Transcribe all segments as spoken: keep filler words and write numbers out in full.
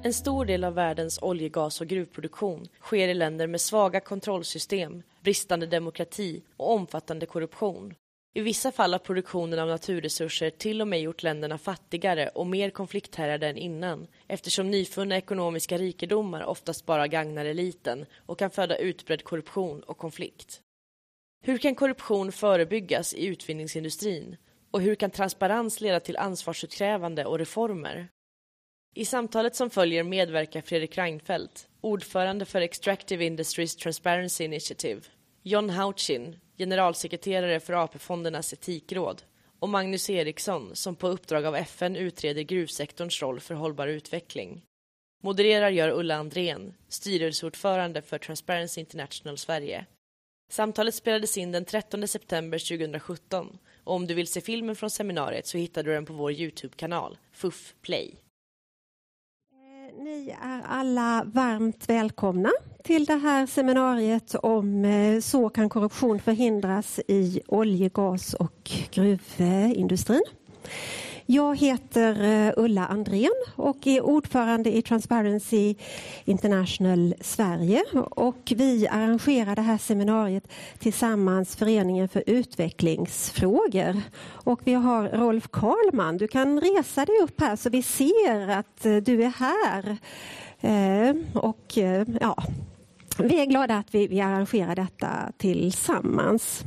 En stor del av världens olje-, gas- och gruvproduktion sker i länder med svaga kontrollsystem, bristande demokrati och omfattande korruption. I vissa fall har produktionen av naturresurser till och med gjort länderna fattigare och mer konflikthärjade än innan, eftersom nyfunna ekonomiska rikedomar oftast bara gagnar eliten och kan föda utbredd korruption och konflikt. Hur kan korruption förebyggas i utvinningsindustrin? Och hur kan transparens leda till ansvarsutkrävande och reformer? I samtalet som följer medverkar Fredrik Reinfeldt, ordförande för Extractive Industries Transparency Initiative, John Houchin, generalsekreterare för A P-fondernas etikråd, och Magnus Eriksson som på uppdrag av F N utreder gruvsektorns roll för hållbar utveckling. Modererar gör Ulla Andrén, styrelseordförande för Transparency International Sverige. Samtalet spelades in den trettonde september tjugohundrasjutton och om du vill se filmen från seminariet så hittar du den på vår YouTube-kanal, F U F Play. Ni är alla varmt välkomna till det här seminariet om så kan korruption förhindras i olje-, gas- och gruvindustrin. Jag heter Ulla Andrén och är ordförande i Transparency International Sverige, och vi arrangerar det här seminariet tillsammans Föreningen för utvecklingsfrågor. Och vi har Rolf Karlman. Du kan resa dig upp här så vi ser att du är här. Och ja, vi är glada att vi, vi arrangerar detta tillsammans.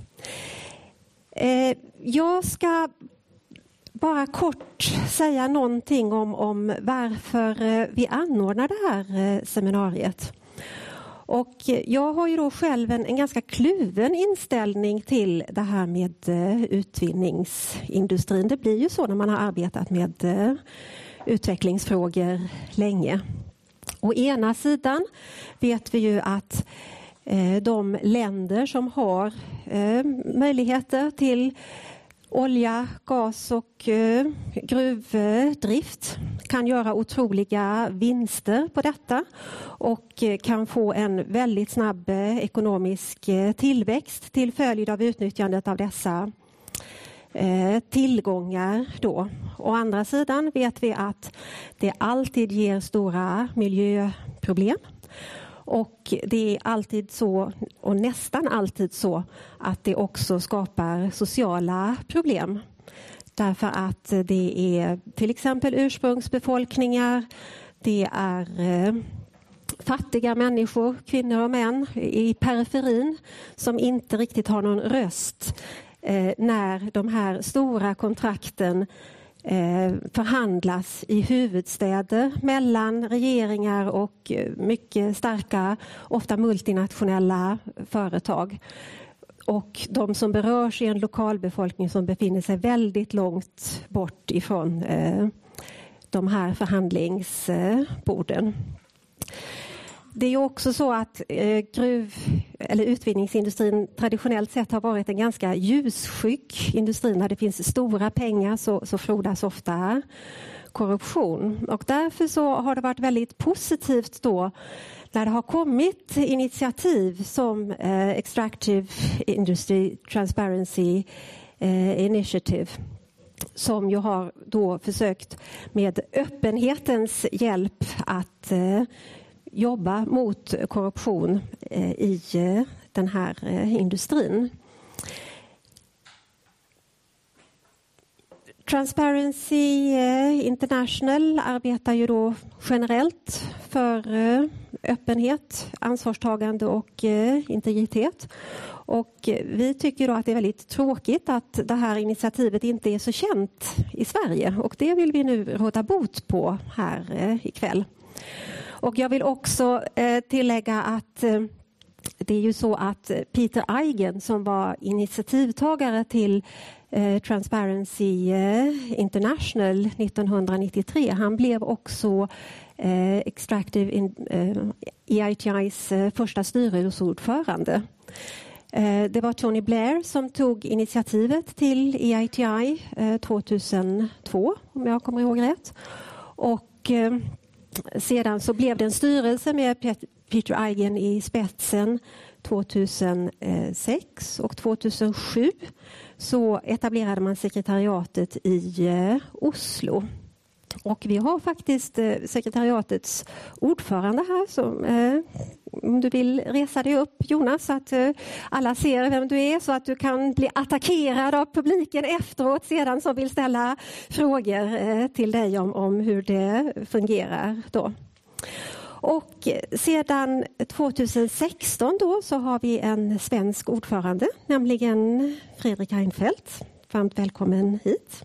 Jag ska bara kort säga någonting om, om varför vi anordnar det här seminariet. Och jag har ju då själv en, en ganska kluven inställning till det här med utvinningsindustrin. Det blir ju så när man har arbetat med utvecklingsfrågor länge. Å ena sidan vet vi ju att de länder som har möjligheter till olja, gas och uh, gruvdrift kan göra otroliga vinster på detta och uh, kan få en väldigt snabb uh, ekonomisk uh, tillväxt till följd av utnyttjandet av dessa uh, tillgångar då. Å andra sidan vet vi att det alltid ger stora miljöproblem. Och det är alltid så, och nästan alltid så, att det också skapar sociala problem. Därför att det är till exempel ursprungsbefolkningar, det är eh, fattiga människor, kvinnor och män i periferin som inte riktigt har någon röst eh, när de här stora kontrakten förhandlas i huvudstäder mellan regeringar och mycket starka, ofta multinationella företag. Och de som berörs är en lokalbefolkning som befinner sig väldigt långt bort ifrån eh, de här förhandlingsborden. Det är ju också så att eh, gruv- eller utvinningsindustrin traditionellt sett har varit en ganska ljusskygg industri. När det finns stora pengar så, så frodas ofta korruption. Och därför så har det varit väldigt positivt då när det har kommit initiativ som eh, Extractive Industry Transparency eh, Initiative, som ju har då försökt med öppenhetens hjälp att eh, jobba mot korruption eh, i eh, den här eh, industrin. Transparency International arbetar ju då generellt för eh, öppenhet, ansvarstagande och eh, integritet. Och vi tycker då att det är väldigt tråkigt att det här initiativet inte är så känt i Sverige. Och det vill vi nu råda bot på här eh, ikväll. Och jag vill också eh, tillägga att eh, det är ju så att Peter Eigen, som var initiativtagare till eh, Transparency eh, International nittonhundranittiotre, han blev också eh, Extractive in, eh, E I T I:s eh, första styrelseordförande. Eh, det var Tony Blair som tog initiativet till E I T I eh, tvåtusentvå, om jag kommer ihåg rätt. Och eh, sedan så blev det en styrelse med Peter Eigen i spetsen tvåtusensex, och tvåtusensju så etablerade man sekretariatet i Oslo. Och vi har faktiskt eh, sekretariatets ordförande här. Som, eh, om du vill resa dig upp, Jonas, så att eh, alla ser vem du är, så att du kan bli attackerad av publiken efteråt sedan som vill ställa frågor eh, till dig om, om hur det fungerar då. Och sedan tjugohundrasexton då så har vi en svensk ordförande, nämligen Fredrik Reinfeldt. Varmt välkommen hit.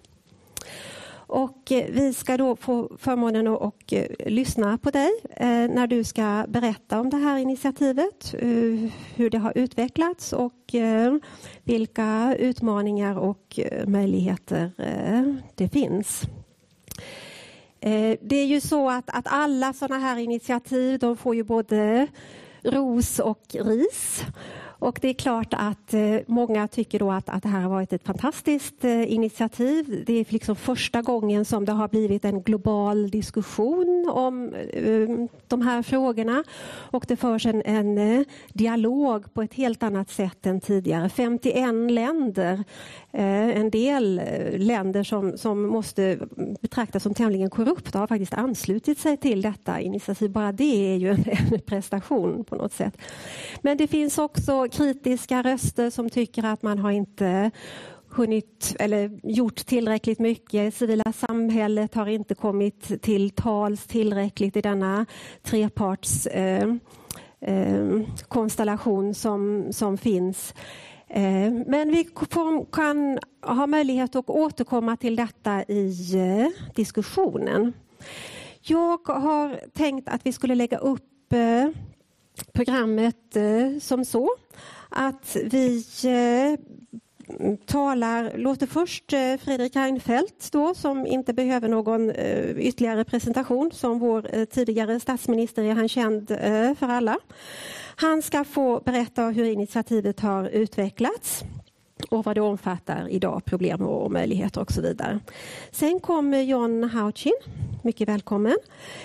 Och vi ska då få förmånen att och, uh, lyssna på dig uh, när du ska berätta om det här initiativet, uh, hur det har utvecklats och uh, vilka utmaningar och uh, möjligheter uh, det finns. Uh, det är ju så att, att alla sådana här initiativ, de får ju både ros och ris. Och det är klart att eh, många tycker då att, att det här har varit ett fantastiskt eh, initiativ. Det är liksom första gången som det har blivit en global diskussion om eh, de här frågorna. Och det förs en, en eh, dialog på ett helt annat sätt än tidigare. femtioen länder, eh, en del eh, länder som, som måste betraktas som tämligen korrupta har faktiskt anslutit sig till detta initiativ. Bara det är ju en, en prestation på något sätt. Men det finns också kritiska röster som tycker att man har inte hunnit eller gjort tillräckligt mycket. Civila samhället har inte kommit till tals tillräckligt i denna treparts eh, eh, konstellation som, som finns. Eh, men vi kan ha möjlighet att återkomma till detta i eh, diskussionen. Jag har tänkt att vi skulle lägga upp eh, programmet eh, som så att vi eh, talar, låter först eh, Fredrik Reinfeldt då, som inte behöver någon eh, ytterligare presentation, som vår eh, tidigare statsminister är han känd eh, för alla. Han ska få berätta hur initiativet har utvecklats och vad det omfattar idag, problem och möjligheter och så vidare. Sen kommer John Hauchin, mycket välkommen.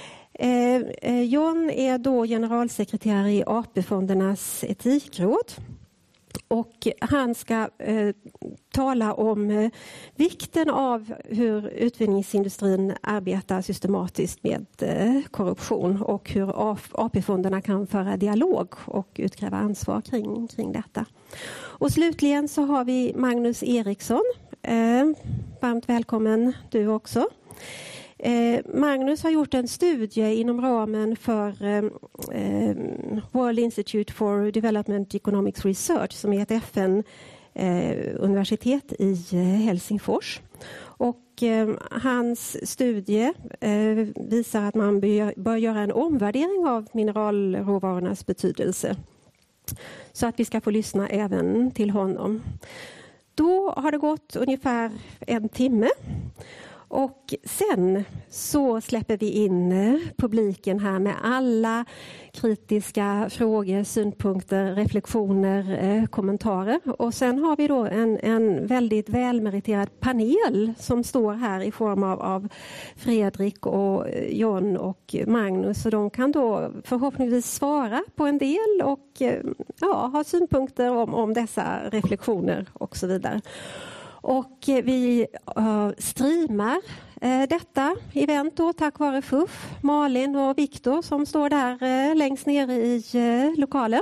Eh, John är då generalsekreterare i A P-fondernas etikråd och han ska eh, tala om eh, vikten av hur utvinningsindustrin arbetar systematiskt med eh, korruption och hur A P-fonderna kan föra dialog och utkräva ansvar kring, kring detta. Och slutligen så har vi Magnus Eriksson. Eh, varmt välkommen du också. Eh, Magnus har gjort en studie inom ramen för eh, World Institute for Development Economics Research, som är ett F N-universitet eh, i eh, Helsingfors. Och eh, hans studie eh, visar att man bör, bör göra en omvärdering av mineralråvarornas betydelse. Så att vi ska få lyssna även till honom. Då har det gått ungefär en timme. Och sen så släpper vi in publiken här med alla kritiska frågor, synpunkter, reflektioner, eh, kommentarer. Och sen har vi då en, en väldigt välmeriterad panel som står här i form av, av Fredrik och John och Magnus. Så de kan då förhoppningsvis svara på en del och eh, ja, ha synpunkter om, om dessa reflektioner och så vidare. Och vi uh, streamar uh, detta event då, tack vare F U F, Malin och Viktor som står där uh, längst ner i uh, lokalen.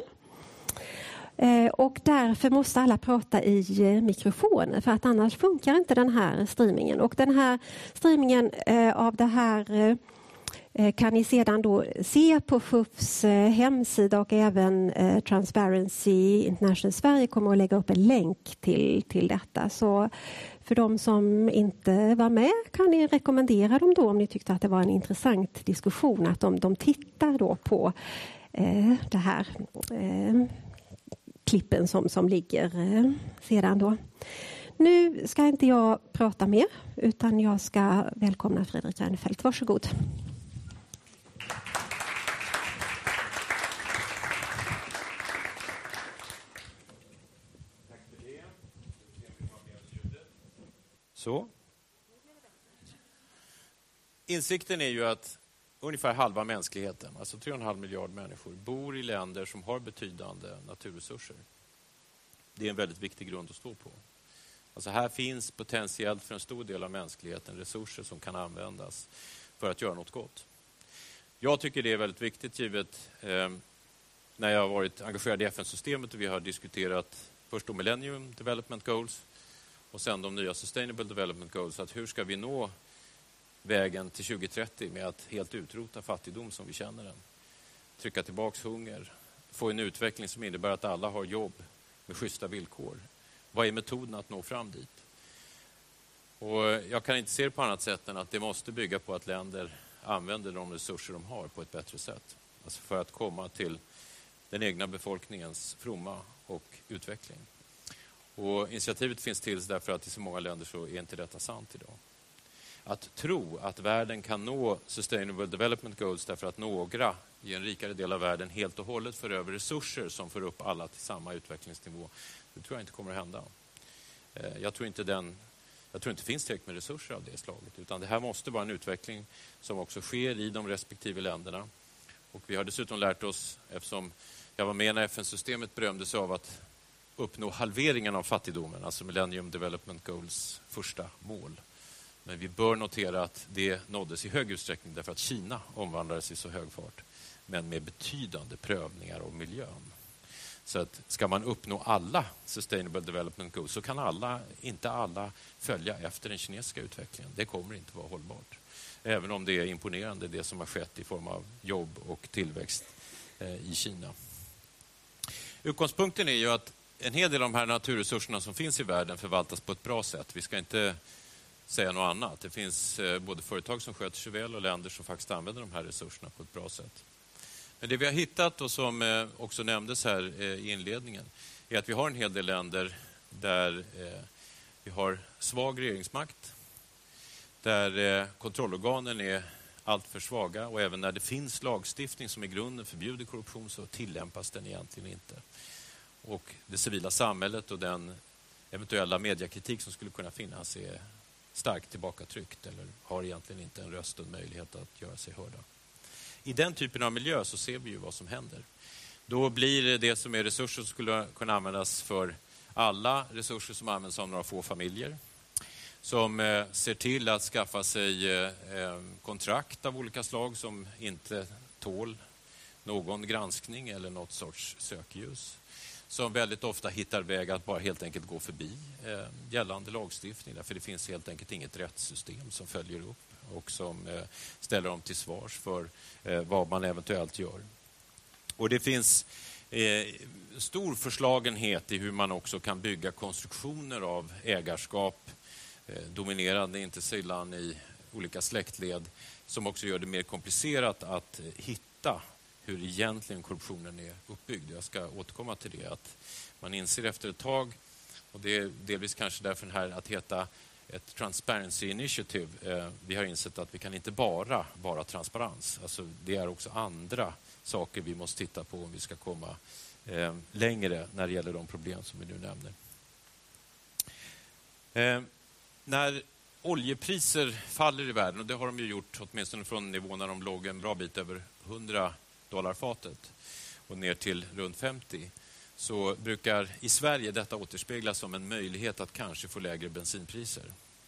Uh, och därför måste alla prata i uh, mikrofoner, för att annars funkar inte den här streamingen. Och den här streamingen uh, av det här uh, kan ni sedan då se på F U Fs hemsida, och även eh, Transparency International Sverige kommer att lägga upp en länk till, till detta. Så för de som inte var med kan ni rekommendera dem då, om ni tyckte att det var en intressant diskussion, att de, de tittar då på eh, det här eh, klippen som, som ligger eh, sedan då. Nu ska inte jag prata mer, utan jag ska välkomna Fredrik Reinfeldt. Varsågod. Så. Insikten är ju att ungefär halva mänskligheten, alltså tre och en halv miljard människor, bor i länder som har betydande naturresurser. Det är en väldigt viktig grund att stå på. Alltså här finns potentiellt för en stor del av mänskligheten resurser som kan användas för att göra något gott. Jag tycker det är väldigt viktigt givet eh, när jag har varit engagerad i F N-systemet och vi har diskuterat först de Millennium Development Goals och sen de nya Sustainable Development Goals, att hur ska vi nå vägen till tjugo trettio med att helt utrota fattigdom som vi känner den. Trycka tillbaks hunger, få en utveckling som innebär att alla har jobb med schyssta villkor. Vad är metoden att nå fram dit? Och jag kan inte se det på annat sätt än att det måste bygga på att länder använder de resurser de har på ett bättre sätt. Alltså för att komma till den egna befolkningens fromma och utveckling. Och initiativet finns till därför att i så många länder så är inte detta sant idag. Att tro att världen kan nå Sustainable Development Goals därför att några i en rikare del av världen helt och hållet för över resurser som får upp alla till samma utvecklingsnivå, det tror jag inte kommer att hända. Jag tror inte, den, jag tror inte det finns tillräckligt med resurser av det slaget, utan det här måste vara en utveckling som också sker i de respektive länderna. Och vi har dessutom lärt oss, eftersom jag var med när F N-systemet berömde sig av att uppnå halveringen av fattigdomen, alltså Millennium Development Goals första mål. Men vi bör notera att det nåddes i hög utsträckning därför att Kina omvandlades i så hög fart, men med betydande prövningar av miljön. Så att ska man uppnå alla Sustainable Development Goals så kan alla, inte alla följa efter den kinesiska utvecklingen. Det kommer inte vara hållbart. Även om det är imponerande det som har skett i form av jobb och tillväxt eh, i Kina. Utgångspunkten är ju att en hel del av de här naturresurserna som finns i världen förvaltas på ett bra sätt. Vi ska inte säga något annat. Det finns eh, både företag som sköter sig väl och länder som faktiskt använder de här resurserna på ett bra sätt. Men det vi har hittat och som eh, också nämndes här eh, i inledningen är att vi har en hel del länder där eh, vi har svag regeringsmakt, där eh, kontrollorganen är allt för svaga och även när det finns lagstiftning som i grunden förbjuder korruption så tillämpas den egentligen inte. Och det civila samhället och den eventuella mediekritik som skulle kunna finnas är starkt tillbakatryckt eller har egentligen inte en röst och en möjlighet att göra sig hörda. I den typen av miljö så ser vi ju vad som händer. Då blir det som är resurser som skulle kunna användas för alla resurser som används av några få familjer. Som eh, ser till att skaffa sig eh, kontrakt av olika slag som inte tål någon granskning eller något sorts sökljus. Som väldigt ofta hittar väg att bara helt enkelt gå förbi eh, gällande lagstiftning. Därför det finns helt enkelt inget rättssystem som följer upp och som eh, ställer dem till svars för eh, vad man eventuellt gör. Och det finns eh, stor förslagenhet i hur man också kan bygga konstruktioner av ägarskap eh, dominerande inte sällan i olika släktled som också gör det mer komplicerat att eh, hitta hur egentligen korruptionen är uppbyggd. Jag ska återkomma till det. Att man inser efter ett tag, och det är delvis kanske därför här att heta ett Transparency Initiative. Eh, vi har insett att vi kan inte bara vara transparens. Alltså, det är också andra saker vi måste titta på om vi ska komma eh, längre när det gäller de problem som vi nu nämner. Eh, när oljepriser faller i världen, och det har de ju gjort åtminstone från nivån när de låg en bra bit över hundra dollar fatet och ner till runt femtio, så brukar i Sverige detta återspeglas som en möjlighet att kanske få lägre bensinpriser.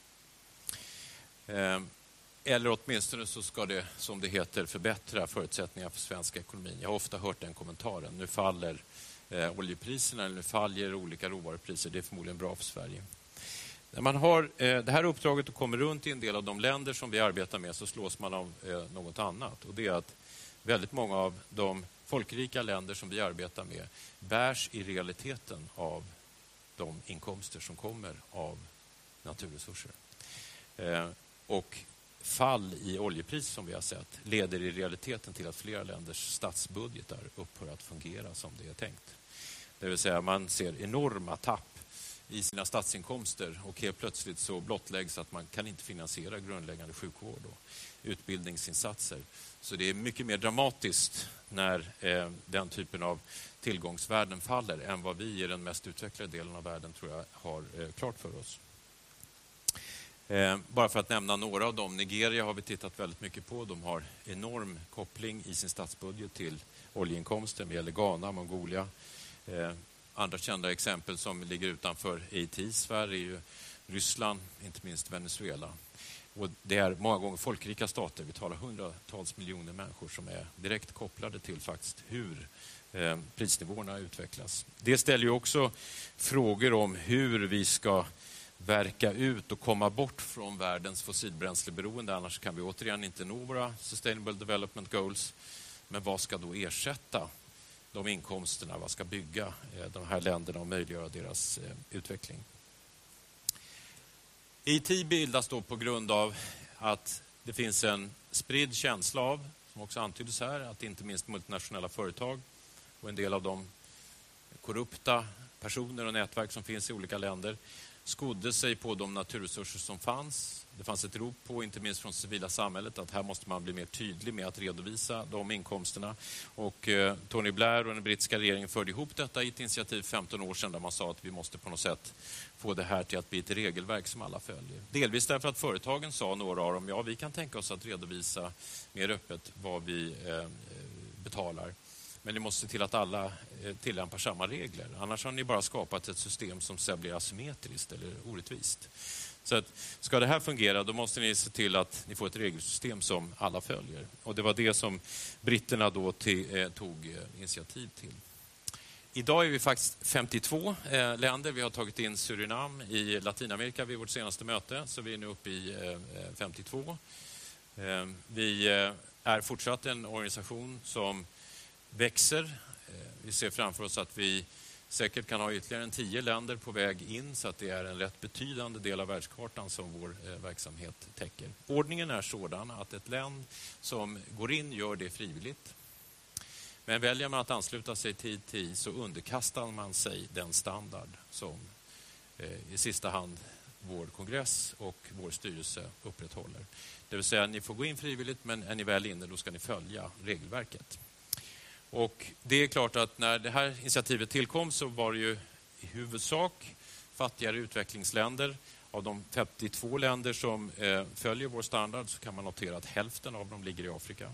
Eh, eller åtminstone så ska det, som det heter, förbättra förutsättningar för svenska ekonomin. Jag har ofta hört den kommentaren. Nu faller eh, oljepriserna eller nu faller olika råvarupriser. Det är förmodligen bra för Sverige. När man har eh, det här uppdraget och kommer runt i en del av de länder som vi arbetar med så slås man av eh, något annat. Och det är att väldigt många av de folkrika länder som vi arbetar med bärs i realiteten av de inkomster som kommer av naturresurser. Eh, och fall i oljepris som vi har sett leder i realiteten till att flera länders statsbudgetar upphör att fungera som det är tänkt. Det vill säga man ser enorma tapp i sina statsinkomster och helt plötsligt så blottläggs att man kan inte finansiera grundläggande sjukvård och utbildningsinsatser. Så det är mycket mer dramatiskt när eh, den typen av tillgångsvärden faller än vad vi i den mest utvecklade delen av världen tror jag har eh, klart för oss. Eh, bara för att nämna några av dem. Nigeria har vi tittat väldigt mycket på. De har enorm koppling i sin statsbudget till oljeinkomster. Det gäller Ghana, Mongolia. Eh, andra kända exempel som ligger utanför A T I-sfär är ju Ryssland, inte minst Venezuela. Och det är många gånger folkrika stater. Vi talar hundratals miljoner människor som är direkt kopplade till faktiskt hur eh, prisnivåerna utvecklas. Det ställer ju också frågor om hur vi ska verka ut och komma bort från världens fossilbränsleberoende. Annars kan vi återigen inte nå våra Sustainable Development Goals. Men vad ska då ersätta de inkomsterna? Vad ska bygga eh, de här länderna och möjliggöra deras eh, utveckling? E T bildas då på grund av att det finns en spridd känsla av, som också antyddes här, att inte minst multinationella företag och en del av de korrupta personer och nätverk som finns i olika länder skodde sig på de naturresurser som fanns. Det fanns ett rop på, inte minst från civila samhället, att här måste man bli mer tydlig med att redovisa de inkomsterna. Och eh, Tony Blair och den brittiska regeringen förde ihop detta i ett initiativ femton år sedan där man sa att vi måste på något sätt få det här till att bli ett regelverk som alla följer. Delvis därför att företagen sa, några av dem, ja vi kan tänka oss att redovisa mer öppet vad vi eh, betalar. Men ni måste se till att alla eh, tillämpar samma regler. Annars har ni bara skapat ett system som sen blir asymmetriskt eller orättvist. Så att, ska det här fungera, då måste ni se till att ni får ett regelsystem som alla följer. Och det var det som britterna då till, eh, tog eh, initiativ till. Idag är vi faktiskt femtiotvå eh, länder. Vi har tagit in Surinam i Latinamerika vid vårt senaste möte. Så vi är nu uppe i eh, femtiotvå. Eh, vi eh, är fortsatt en organisation som växer. Eh, vi ser framför oss att vi säkert kan ha ytterligare en tio länder på väg in, så att det är en rätt betydande del av världskartan som vår eh, verksamhet täcker. Ordningen är sådan att ett land som går in gör det frivilligt. Men väljer man att ansluta sig till E T så underkastar man sig den standard som eh, i sista hand vår kongress och vår styrelse upprätthåller. Det vill säga, ni får gå in frivilligt, men är ni väl inne då ska ni följa regelverket. Och det är klart att när det här initiativet tillkom så var det ju i huvudsak fattigare utvecklingsländer. Av de femtiotvå länder som eh, följer vår standard så kan man notera att hälften av dem ligger i Afrika.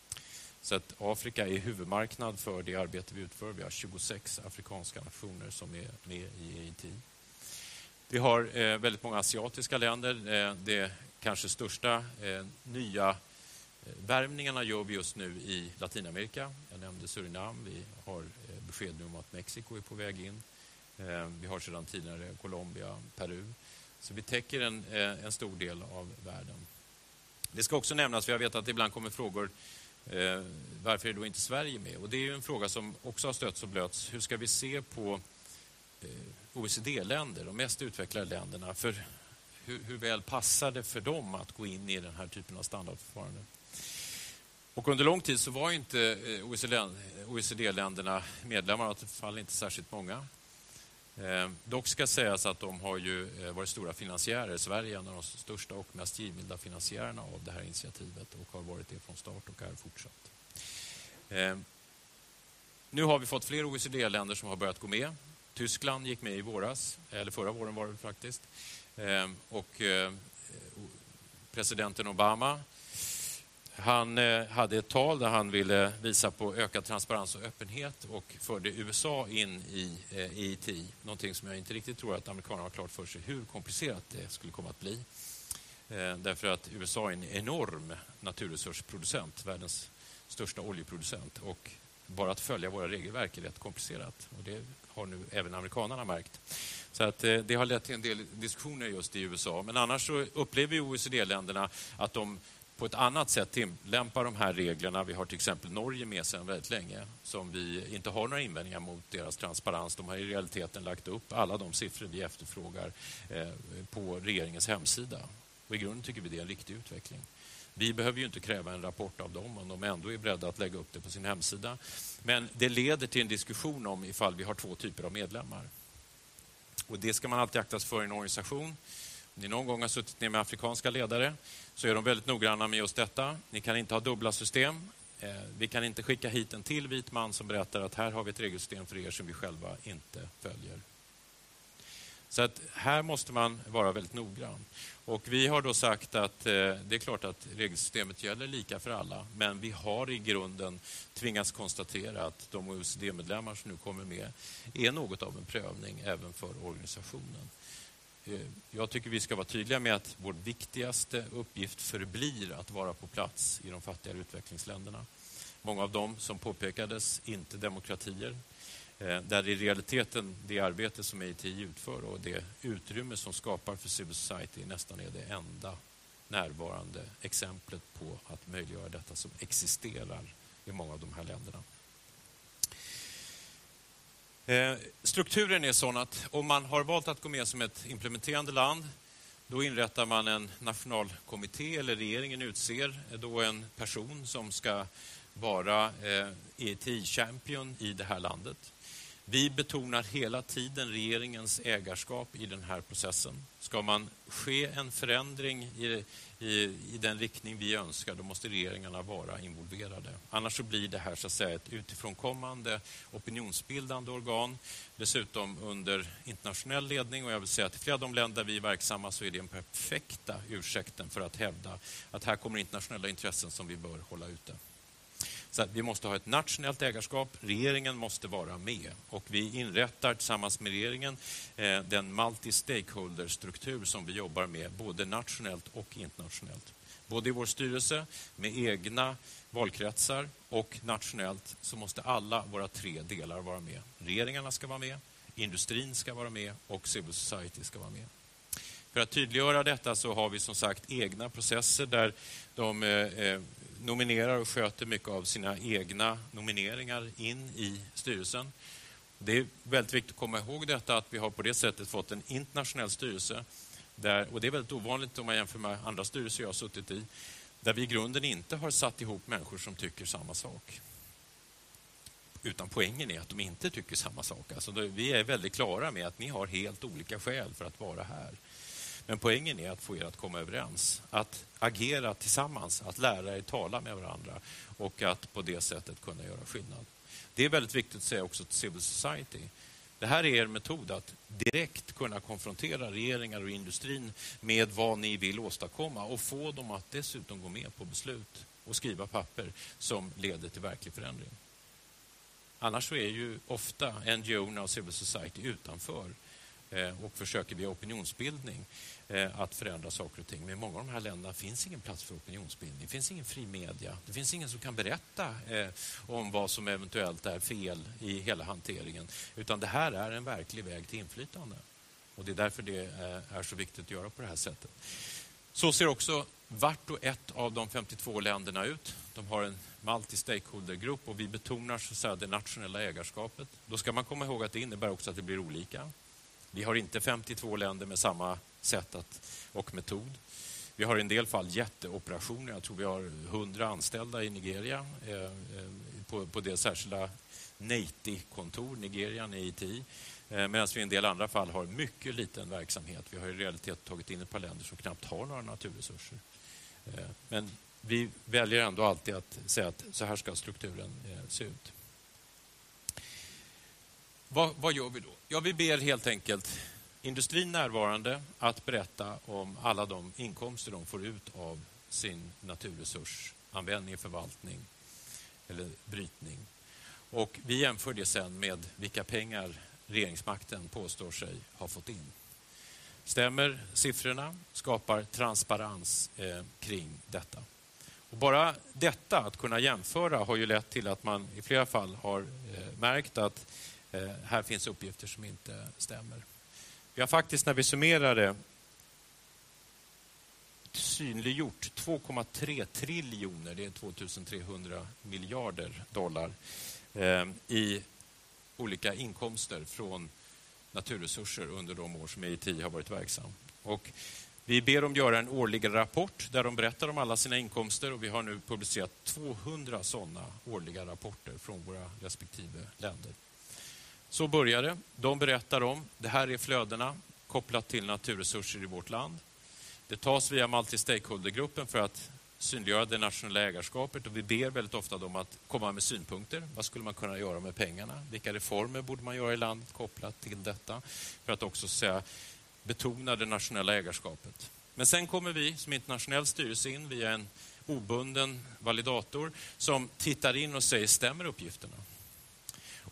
Så att Afrika är huvudmarknad för det arbete vi utför. Vi har tjugosex afrikanska nationer som är med i E T. Vi har eh, väldigt många asiatiska länder. Eh, det kanske största eh, nya värmningarna gör vi just nu i Latinamerika. Jag nämnde Surinam. Vi har besked nu om att Mexiko är på väg in. Vi har sedan tidigare Colombia, Peru. Så vi täcker en, en stor del av världen. Det ska också nämnas, för jag vet att det ibland kommer frågor, varför är då inte Sverige med? Och det är ju en fråga som också har stötts och blöts. Hur ska vi se på O E C D-länder, de mest utvecklade länderna? För hur, hur väl passar det för dem att gå in i den här typen av standardförfarande? Och under lång tid så var inte O E C D-länderna medlemmar, att det faller inte särskilt många. Eh, dock ska sägas att de har ju varit stora finansiärer. Sverige är en av de största och mest givmilda finansiärerna av det här initiativet och har varit det från start och är fortsatt. Eh, nu har vi fått fler O E C D-länder som har börjat gå med. Tyskland gick med i våras, eller förra våren var det faktiskt. Eh, och eh, presidenten Obama, han eh, hade ett tal där han ville visa på ökad transparens och öppenhet och förde U S A in i eh, E T. Någonting som jag inte riktigt tror att amerikanerna har klart för sig hur komplicerat det skulle komma att bli. Eh, därför att U S A är en enorm naturresursproducent, världens största oljeproducent. Och bara att följa våra regelverk är rätt komplicerat. Och det har nu även amerikanerna märkt. Så att eh, det har lett till en del diskussioner just i U S A. Men annars så upplever ju O E C D-länderna att de på ett annat sätt tillämpar de här reglerna. Vi har till exempel Norge med sedan väldigt länge som vi inte har några invändningar mot deras transparens. De har i realiteten lagt upp alla de siffror vi efterfrågar eh, på regeringens hemsida. Och i grunden tycker vi det är en riktig utveckling. Vi behöver ju inte kräva en rapport av dem om de ändå är beredda att lägga upp det på sin hemsida. Men det leder till en diskussion om ifall vi har två typer av medlemmar. Och det ska man alltid aktas för i en organisation. Om ni någon gång har suttit ner med afrikanska ledare så är de väldigt noggranna med just detta. Ni kan inte ha dubbla system. Eh, vi kan inte skicka hit en till vit man som berättar att här har vi ett regelsystem för er som vi själva inte följer. Så att här måste man vara väldigt noggrann. Och vi har då sagt att eh, det är klart att regelsystemet gäller lika för alla. Men vi har i grunden tvingats konstatera att de O E C D-medlemmar som nu kommer med är något av en prövning även för organisationen. jag tycker vi ska vara tydliga med att vår viktigaste uppgift förblir att vara på plats i de fattigare utvecklingsländerna. Många av dem, som påpekades, inte demokratier. Där i realiteten det arbete som E I T I utför och det utrymme som skapar för civil society nästan är det enda närvarande exemplet på att möjliggöra detta som existerar i många av de här länderna. Eh, strukturen är sån att om man har valt att gå med som ett implementerande land, då inrättar man en nationalkommitté, eller regeringen utser då en person som ska vara eh, E I T I-champion i det här landet. Vi betonar hela tiden regeringens ägarskap i den här processen. Ska man ske en förändring i, i, i den riktning vi önskar, då måste regeringarna vara involverade. Annars så blir det här så att säga ett utifrånkommande opinionsbildande organ. Dessutom under internationell ledning, och jag vill säga att i flera av de länder vi är verksamma så är det den perfekta ursäkten för att hävda att här kommer internationella intressen som vi bör hålla ute. Så att vi måste ha ett nationellt ägarskap. Regeringen måste vara med. Och vi inrättar tillsammans med regeringen eh, den multi-stakeholder-struktur som vi jobbar med både nationellt och internationellt. Både i vår styrelse med egna valkretsar och nationellt så måste alla våra tre delar vara med. Regeringarna ska vara med, industrin ska vara med och civil society ska vara med. För att tydliggöra detta så har vi som sagt egna processer där de eh, nominerar och sköter mycket av sina egna nomineringar in i styrelsen. Det är väldigt viktigt att komma ihåg detta, att vi har på det sättet fått en internationell styrelse där, och det är väldigt ovanligt om man jämför med andra styrelser jag har suttit i, där vi i grunden inte har satt ihop människor som tycker samma sak. Utan poängen är att de inte tycker samma sak. Alltså då, vi är väldigt klara med att ni har helt olika skäl för att vara här. Men poängen är att få er att komma överens, att agera tillsammans, att lära er tala med varandra och att på det sättet kunna göra skillnad. Det är väldigt viktigt att säga också till civil society. Det här är er metod att direkt kunna konfrontera regeringar och industrin med vad ni vill åstadkomma och få dem att dessutom gå med på beslut och skriva papper som leder till verklig förändring. Annars så är ju ofta N G O-erna och civil society utanför och försöker via opinionsbildning att förändra saker och ting. Men i många av de här länderna finns ingen plats för opinionsbildning. Det finns ingen fri media. Det finns ingen som kan berätta eh, om vad som eventuellt är fel i hela hanteringen. Utan det här är en verklig väg till inflytande. Och det är därför det eh, är så viktigt att göra på det här sättet. Så ser också vart och ett av de femtiotvå länderna ut. De har en multi-stakeholder-grupp och vi betonar så att säga det nationella ägarskapet. Då ska man komma ihåg att det innebär också att det blir olika. Vi har inte femtiotvå länder med samma sätt att, och metod. Vi har i en del fall jätteoperationer. Jag tror vi har hundra anställda i Nigeria eh, eh, på, på det särskilda N A T I-kontor, Nigerian E I T I. Eh, medan vi i en del andra fall har mycket liten verksamhet. Vi har i realitet tagit in ett par länder som knappt har några naturresurser. Eh, men vi väljer ändå alltid att säga att så här ska strukturen eh, se ut. Vad, vad gör vi då? Ja, vi ber helt enkelt industrin närvarande att berätta om alla de inkomster de får ut av sin naturresursanvändning, förvaltning eller brytning. Och vi jämför det sen med vilka pengar regeringsmakten påstår sig ha fått in. Stämmer siffrorna, skapar transparens eh, kring detta. Och bara detta, att kunna jämföra, har ju lett till att man i flera fall har eh, märkt att eh, här finns uppgifter som inte stämmer. Vi har faktiskt, när vi summerar det, synliggjort två komma tre triljoner, det är tvåtusentrehundra miljarder dollar, eh, i olika inkomster från naturresurser under de år som E I T I har varit verksam. Och vi ber dem göra en årlig rapport där de berättar om alla sina inkomster, och vi har nu publicerat tvåhundra sådana årliga rapporter från våra respektive länder. Så börjar det. De berättar om, det här är flödena kopplat till naturresurser i vårt land. Det tas via multi-stakeholder-gruppen för att synliggöra det nationella ägarskapet, och vi ber väldigt ofta dem att komma med synpunkter. Vad skulle man kunna göra med pengarna? Vilka reformer borde man göra i landet kopplat till detta? För att också säga, betona det nationella ägarskapet. Men sen kommer vi som internationell styrelse in via en obunden validator som tittar in och säger, stämmer uppgifterna?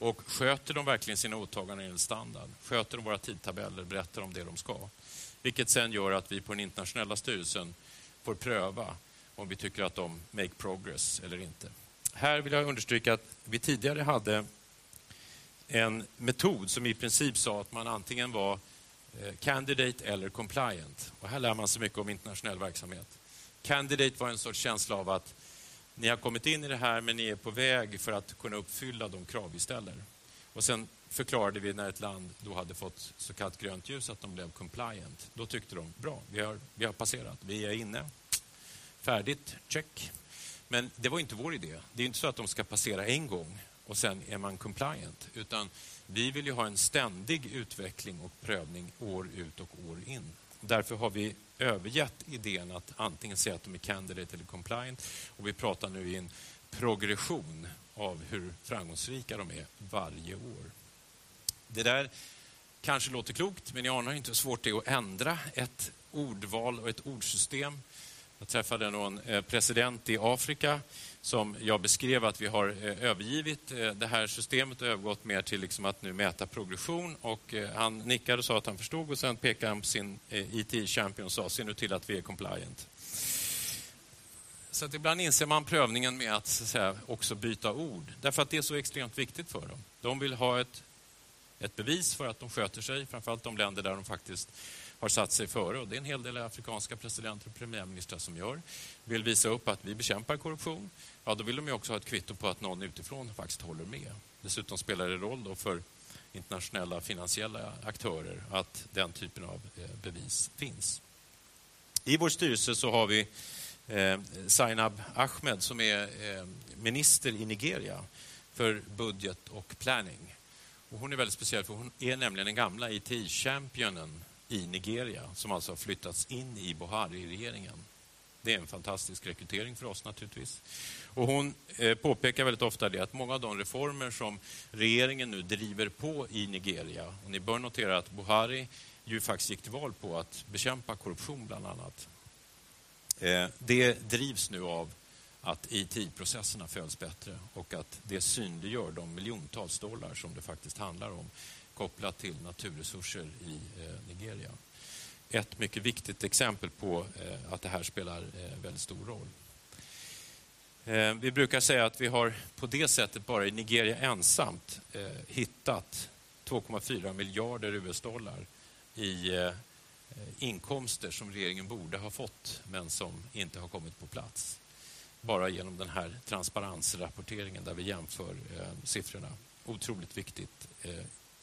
Och sköter de verkligen sina åtaganden enligt standard? Sköter de våra tidtabeller? Berättar om det de ska? Vilket sen gör att vi på den internationella styrelsen får pröva om vi tycker att de make progress eller inte. Här vill jag understryka att vi tidigare hade en metod som i princip sa att man antingen var candidate eller compliant. Och här lär man sig mycket om internationell verksamhet. Candidate var en sorts känsla av att ni har kommit in i det här men ni är på väg för att kunna uppfylla de krav vi ställer. Och sen förklarade vi när ett land då hade fått så kallat grönt ljus att de blev compliant. Då tyckte de, bra, vi har, vi har passerat, vi är inne. Färdigt, check. Men det var inte vår idé. Det är inte så att de ska passera en gång och sen är man compliant. Utan vi vill ju ha en ständig utveckling och prövning år ut och år in. Därför har vi övergett idén att antingen säga att de är candidate eller compliant. Och vi pratar nu i en progression av hur framgångsrika de är varje år. Det där kanske låter klokt, men jag anar inte hur svårt det är att ändra ett ordval och ett ordsystem. Jag träffade någon president i Afrika som jag beskrev att vi har övergivit det här systemet och övergått mer till liksom att nu mäta progression. Och han nickade och sa att han förstod och sen pekade han på sin I T-champion och sa, se nu till att vi är compliant. Så att ibland inser man prövningen med att, så att säga, också byta ord. Därför att det är så extremt viktigt för dem. De vill ha ett, ett bevis för att de sköter sig, framförallt de länder där de faktiskt har satt sig före, och det är en hel del afrikanska presidenter och premiärministrar som gör, vill visa upp att vi bekämpar korruption. Ja, då vill de ju också ha ett kvitto på att någon utifrån faktiskt håller med. Dessutom spelar det roll då för internationella finansiella aktörer att den typen av bevis finns. I vår styrelse så har vi eh, Zainab Ahmed som är eh, minister i Nigeria för budget och planning. Och hon är väldigt speciell för hon är nämligen den gamla I T-championen i Nigeria som alltså har flyttats in i Buhari-regeringen. Det är en fantastisk rekrytering för oss naturligtvis. Och hon eh, påpekar väldigt ofta det att många av de reformer som regeringen nu driver på i Nigeria, och ni bör notera att Buhari ju faktiskt gick till val på att bekämpa korruption bland annat. Eh, det drivs nu av att I T-processerna följs bättre och att det synliggör de miljontals dollar som det faktiskt handlar om kopplat till naturresurser i eh, Nigeria. Ett mycket viktigt exempel på eh, att det här spelar eh, väldigt stor roll. Eh, vi brukar säga att vi har på det sättet bara i Nigeria ensamt eh, hittat två komma fyra miljarder U S-dollar i eh, inkomster som regeringen borde ha fått men som inte har kommit på plats. Bara genom den här transparensrapporteringen där vi jämför eh, siffrorna. Otroligt viktigt. Eh,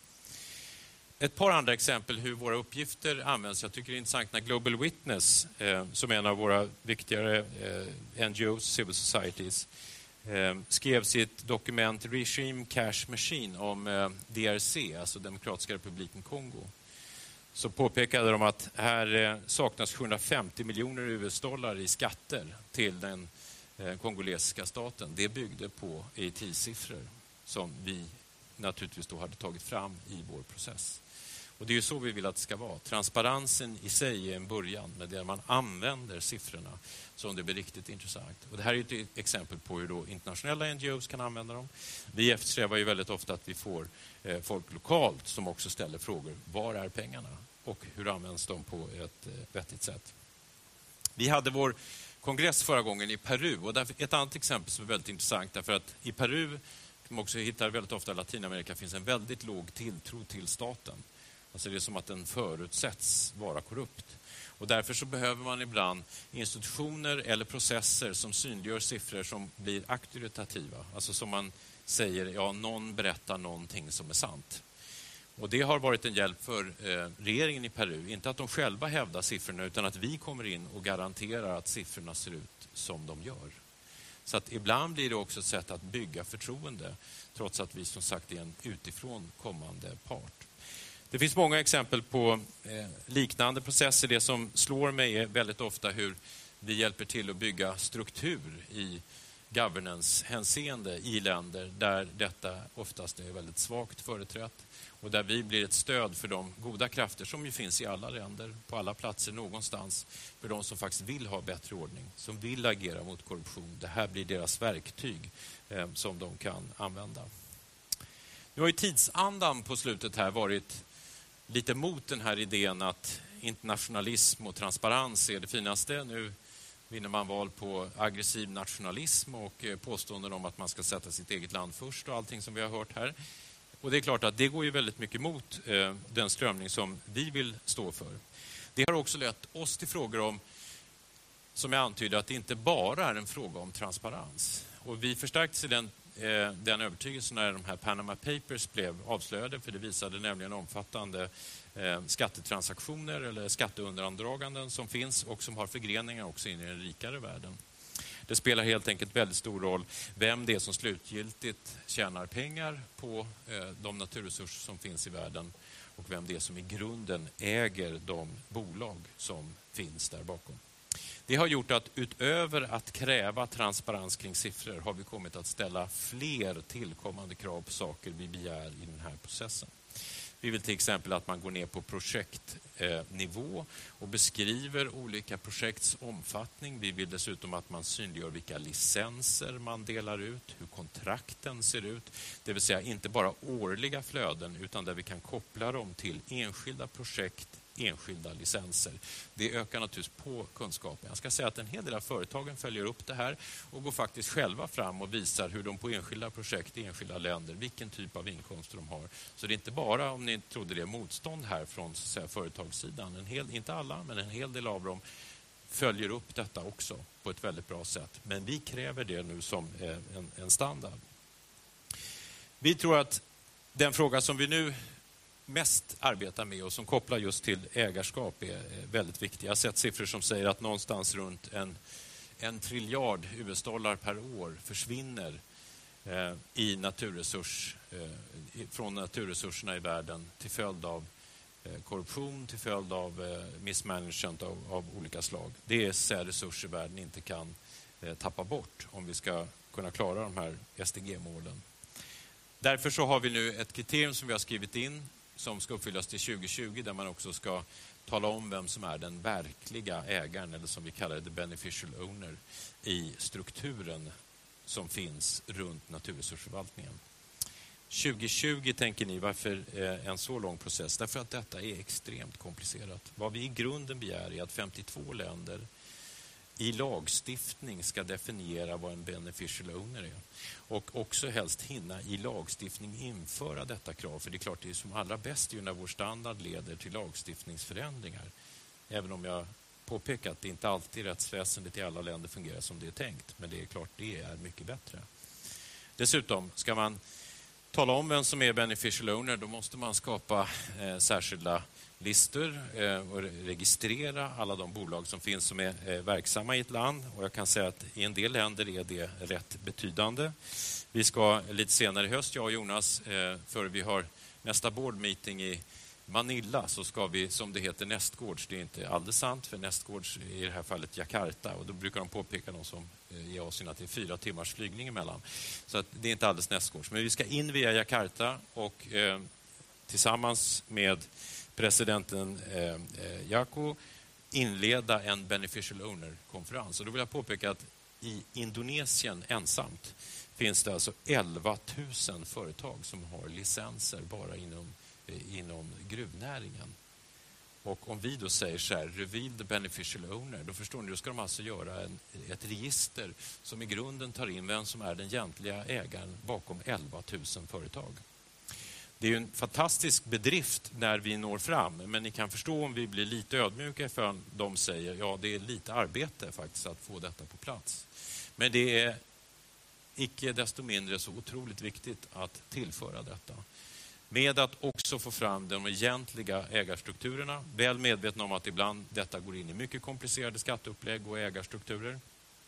Ett par andra exempel hur våra uppgifter används. Jag tycker det är intressant när Global Witness, eh, som är en av våra viktigare eh, N G Os, civil societies, eh, skrev sitt dokument Regime Cash Machine om eh, D R C, alltså Demokratiska republiken Kongo. Så påpekade de att här eh, saknas sjuhundrafemtio miljoner U S-dollar i skatter till den eh, kongolesiska staten. Det byggde på I T-siffror som vi naturligtvis då hade tagit fram i vår process. Och det är ju så vi vill att det ska vara. Transparensen i sig är en början, med där man använder siffrorna som det blir riktigt intressant. Och det här är ett exempel på hur då internationella N G Os kan använda dem. Vi eftersträvar ju väldigt ofta att vi får eh, folk lokalt som också ställer frågor. Var är pengarna? Och hur används de på ett eh, vettigt sätt? Vi hade vår kongress förra gången i Peru. Och därför ett annat exempel som är väldigt intressant. Därför att i Peru, som också hittar väldigt ofta i Latinamerika, finns en väldigt låg tilltro till staten. Alltså det är som att den förutsätts vara korrupt. Och därför så behöver man ibland institutioner eller processer som synliggör siffror som blir auktoritativa. Alltså som man säger, ja, någon berättar någonting som är sant. Och det har varit en hjälp för eh, regeringen i Peru. Inte att de själva hävdar siffrorna utan att vi kommer in och garanterar att siffrorna ser ut som de gör. Så att ibland blir det också ett sätt att bygga förtroende trots att vi som sagt är en utifrån kommande part. Det finns många exempel på eh, liknande processer. Det som slår mig är väldigt ofta hur vi hjälper till att bygga struktur i governance-hänseende i länder där detta oftast är väldigt svagt företrätt och där vi blir ett stöd för de goda krafter som ju finns i alla länder, på alla platser någonstans, för de som faktiskt vill ha bättre ordning, som vill agera mot korruption. Det här blir deras verktyg eh, som de kan använda. Nu har ju tidsandan på slutet här varit lite mot den här idén att internationalism och transparens är det finaste. Nu vinner man val på aggressiv nationalism och påståenden om att man ska sätta sitt eget land först och allting som vi har hört här. Och det är klart att det går ju väldigt mycket mot eh, den strömning som vi vill stå för. Det har också lett oss till frågor om, som jag antydde, att det inte bara är en fråga om transparens. Och vi förstärktes i den, eh, den övertygelsen när de här Panama Papers blev avslöjade, för det visade nämligen omfattande eh, skattetransaktioner eller skatteundandraganden som finns och som har förgreningar också in i den rikare världen. Det spelar helt enkelt väldigt stor roll vem det är som slutgiltigt tjänar pengar på eh, de naturresurser som finns i världen och vem det är som i grunden äger de bolag som finns där bakom. Det har gjort att utöver att kräva transparens kring siffror har vi kommit att ställa fler tillkommande krav på saker vi begär i den här processen. Vi vill till exempel att man går ner på projektnivå och beskriver olika projekts omfattning. Vi vill dessutom att man synliggör vilka licenser man delar ut, hur kontrakten ser ut. Det vill säga inte bara årliga flöden utan där vi kan koppla dem till enskilda projekt, enskilda licenser. Det ökar naturligtvis på kunskapen. Jag ska säga att en hel del av företagen följer upp det här och går faktiskt själva fram och visar hur de på enskilda projekt i enskilda länder, vilken typ av inkomster de har. Så det är inte bara, om ni trodde det, motstånd här från så att säga, företagssidan. En hel, inte alla, men en hel del av dem följer upp detta också på ett väldigt bra sätt. Men vi kräver det nu som en, en standard. Vi tror att den fråga som vi nu mest arbetar med och som kopplar just till ägarskap är väldigt viktig. Jag har sett siffror som säger att någonstans runt en, en triljard U S-dollar per år försvinner eh, i naturresurs, eh, från naturresurserna i världen till följd av eh, korruption, till följd av eh, missmanagement av, av olika slag. Det är så resurser världen inte kan eh, tappa bort om vi ska kunna klara de här S D G-målen. Därför så har vi nu ett kriterium som vi har skrivit in som ska uppfyllas till tjugo tjugo, där man också ska tala om vem som är den verkliga ägaren, eller som vi kallar det, the beneficial owner, i strukturen som finns runt naturresursförvaltningen. tjugo tjugo tänker ni, varför en så lång process? Därför att detta är extremt komplicerat. Vad vi i grunden begär är att femtiotvå länder i lagstiftning ska definiera vad en beneficial owner är. Och också helst hinna i lagstiftning införa detta krav. För det är klart, det är som allra bäst ju när vår standard leder till lagstiftningsförändringar. Även om jag påpekar att det inte alltid rättsväsendet i alla länder fungerar som det är tänkt. Men det är klart, det är mycket bättre. Dessutom, ska man tala om vem som är beneficial owner, då måste man skapa eh, särskilda listor eh, och registrera alla de bolag som finns som är eh, verksamma i ett land. Och jag kan säga att i en del länder är det rätt betydande. Vi ska lite senare i höst, jag och Jonas, eh, före vi har nästa board meeting i Manila, så ska vi, som det heter, nästgårds. Det är inte alldeles sant, för nästgårds i det här fallet Jakarta. Och då brukar de påpeka, de som eh, i Asien, att det är fyra timmars flygning emellan. Så att det är inte alldeles nästgårds. Men vi ska in via Jakarta och eh, tillsammans med presidenten eh, Joko inleda en beneficial owner-konferens. Och då vill jag påpeka att i Indonesien ensamt finns det alltså elva tusen företag som har licenser bara inom, eh, inom gruvnäringen. Och om vi då säger så här, reveal the beneficial owner, då förstår ni, då ska de alltså göra en, ett register som i grunden tar in vem som är den egentliga ägaren bakom elva tusen företag. Det är ju en fantastisk bedrift när vi når fram, men ni kan förstå om vi blir lite ödmjuka för de säger, ja, det är lite arbete faktiskt att få detta på plats. Men det är icke desto mindre så otroligt viktigt att tillföra detta. Med att också få fram de egentliga ägarstrukturerna, väl medvetna om att ibland detta går in i mycket komplicerade skatteupplägg och ägarstrukturer.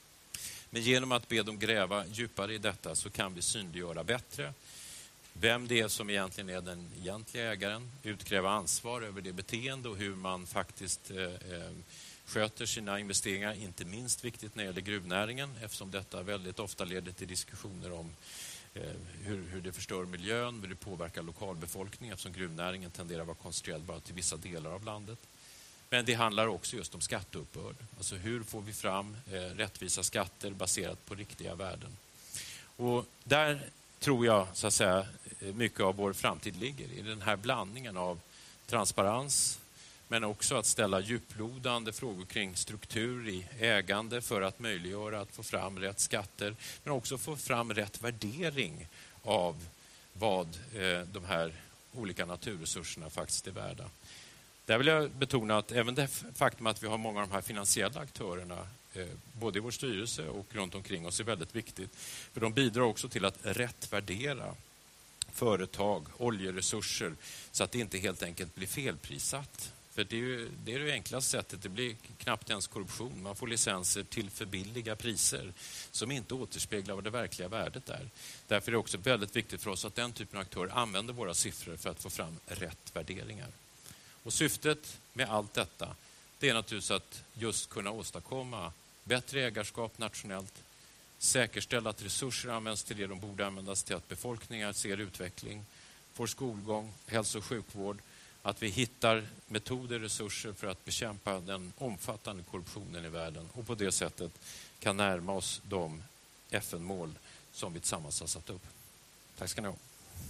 Men genom att be dem gräva djupare i detta så kan vi synliggöra bättre vem det är som egentligen är den egentliga ägaren, utkräva ansvar över det beteende och hur man faktiskt eh, sköter sina investeringar, inte minst viktigt när det gäller gruvnäringen, eftersom detta väldigt ofta leder till diskussioner om eh, hur, hur det förstör miljön, hur det påverkar lokalbefolkningen, eftersom gruvnäringen tenderar att vara koncentrerad bara till vissa delar av landet. Men det handlar också just om skatteuppbörd. Alltså hur får vi fram eh, rättvisa skatter baserat på riktiga värden. Och där tror jag så att säga mycket av vår framtid ligger i den här blandningen av transparens, men också att ställa djuplodande frågor kring struktur i ägande för att möjliggöra att få fram rätt skatter, men också få fram rätt värdering av vad eh, de här olika naturresurserna faktiskt är värda. Där vill jag betona att även det faktum att vi har många av de här finansiella aktörerna eh, både i vår styrelse och runt omkring oss är väldigt viktigt. För de bidrar också till att rätt värdera företag, oljeresurser, så att det inte helt enkelt blir felprissatt. För det är ju det, är det enklaste sättet. Det blir knappt ens korruption. Man får licenser till för billiga priser som inte återspeglar vad det verkliga värdet är. Därför är det också väldigt viktigt för oss att den typen av aktörer använder våra siffror för att få fram rätt värderingar. Och syftet med allt detta, det är naturligtvis att just kunna åstadkomma bättre ägarskap nationellt, säkerställa att resurser används till det de borde användas till, att befolkningar ser utveckling, får skolgång, hälso- och sjukvård, att vi hittar metoder, resurser för att bekämpa den omfattande korruptionen i världen och på det sättet kan närma oss de F N-mål som vi tillsammans har satt upp. Tack ska ni ha.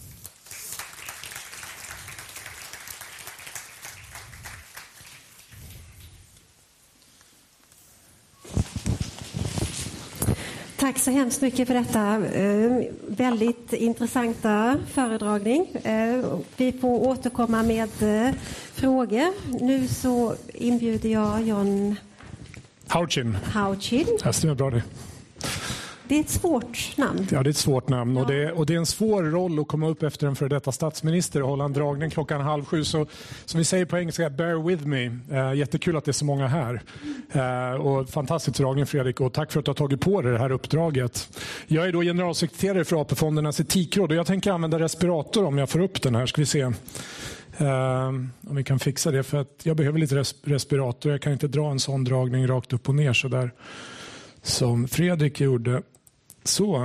Tack så hemskt mycket för detta eh, väldigt intressanta föredragning. Eh, vi får återkomma med eh, frågor. Nu så inbjuder jag John Houchin. Houchin. Det stämmer bra det. Det är ett svårt namn. Ja, det är ett svårt namn. Ja. Och, det, och det är en svår roll att komma upp efter en före detta statsminister och hålla en dragning klockan halv sju. Så som vi säger på engelska, bear with me. Uh, jättekul att det är så många här. Uh, och fantastisk dragning, Fredrik. Och tack för att du har tagit på dig det här uppdraget. Jag är då generalsekreterare för A P-fondernas etikråd och jag tänker använda respirator om jag får upp den här. Ska vi se uh, om vi kan fixa det. För att jag behöver lite res- respirator. Jag kan inte dra en sån dragning rakt upp och ner så där som Fredrik gjorde. Så.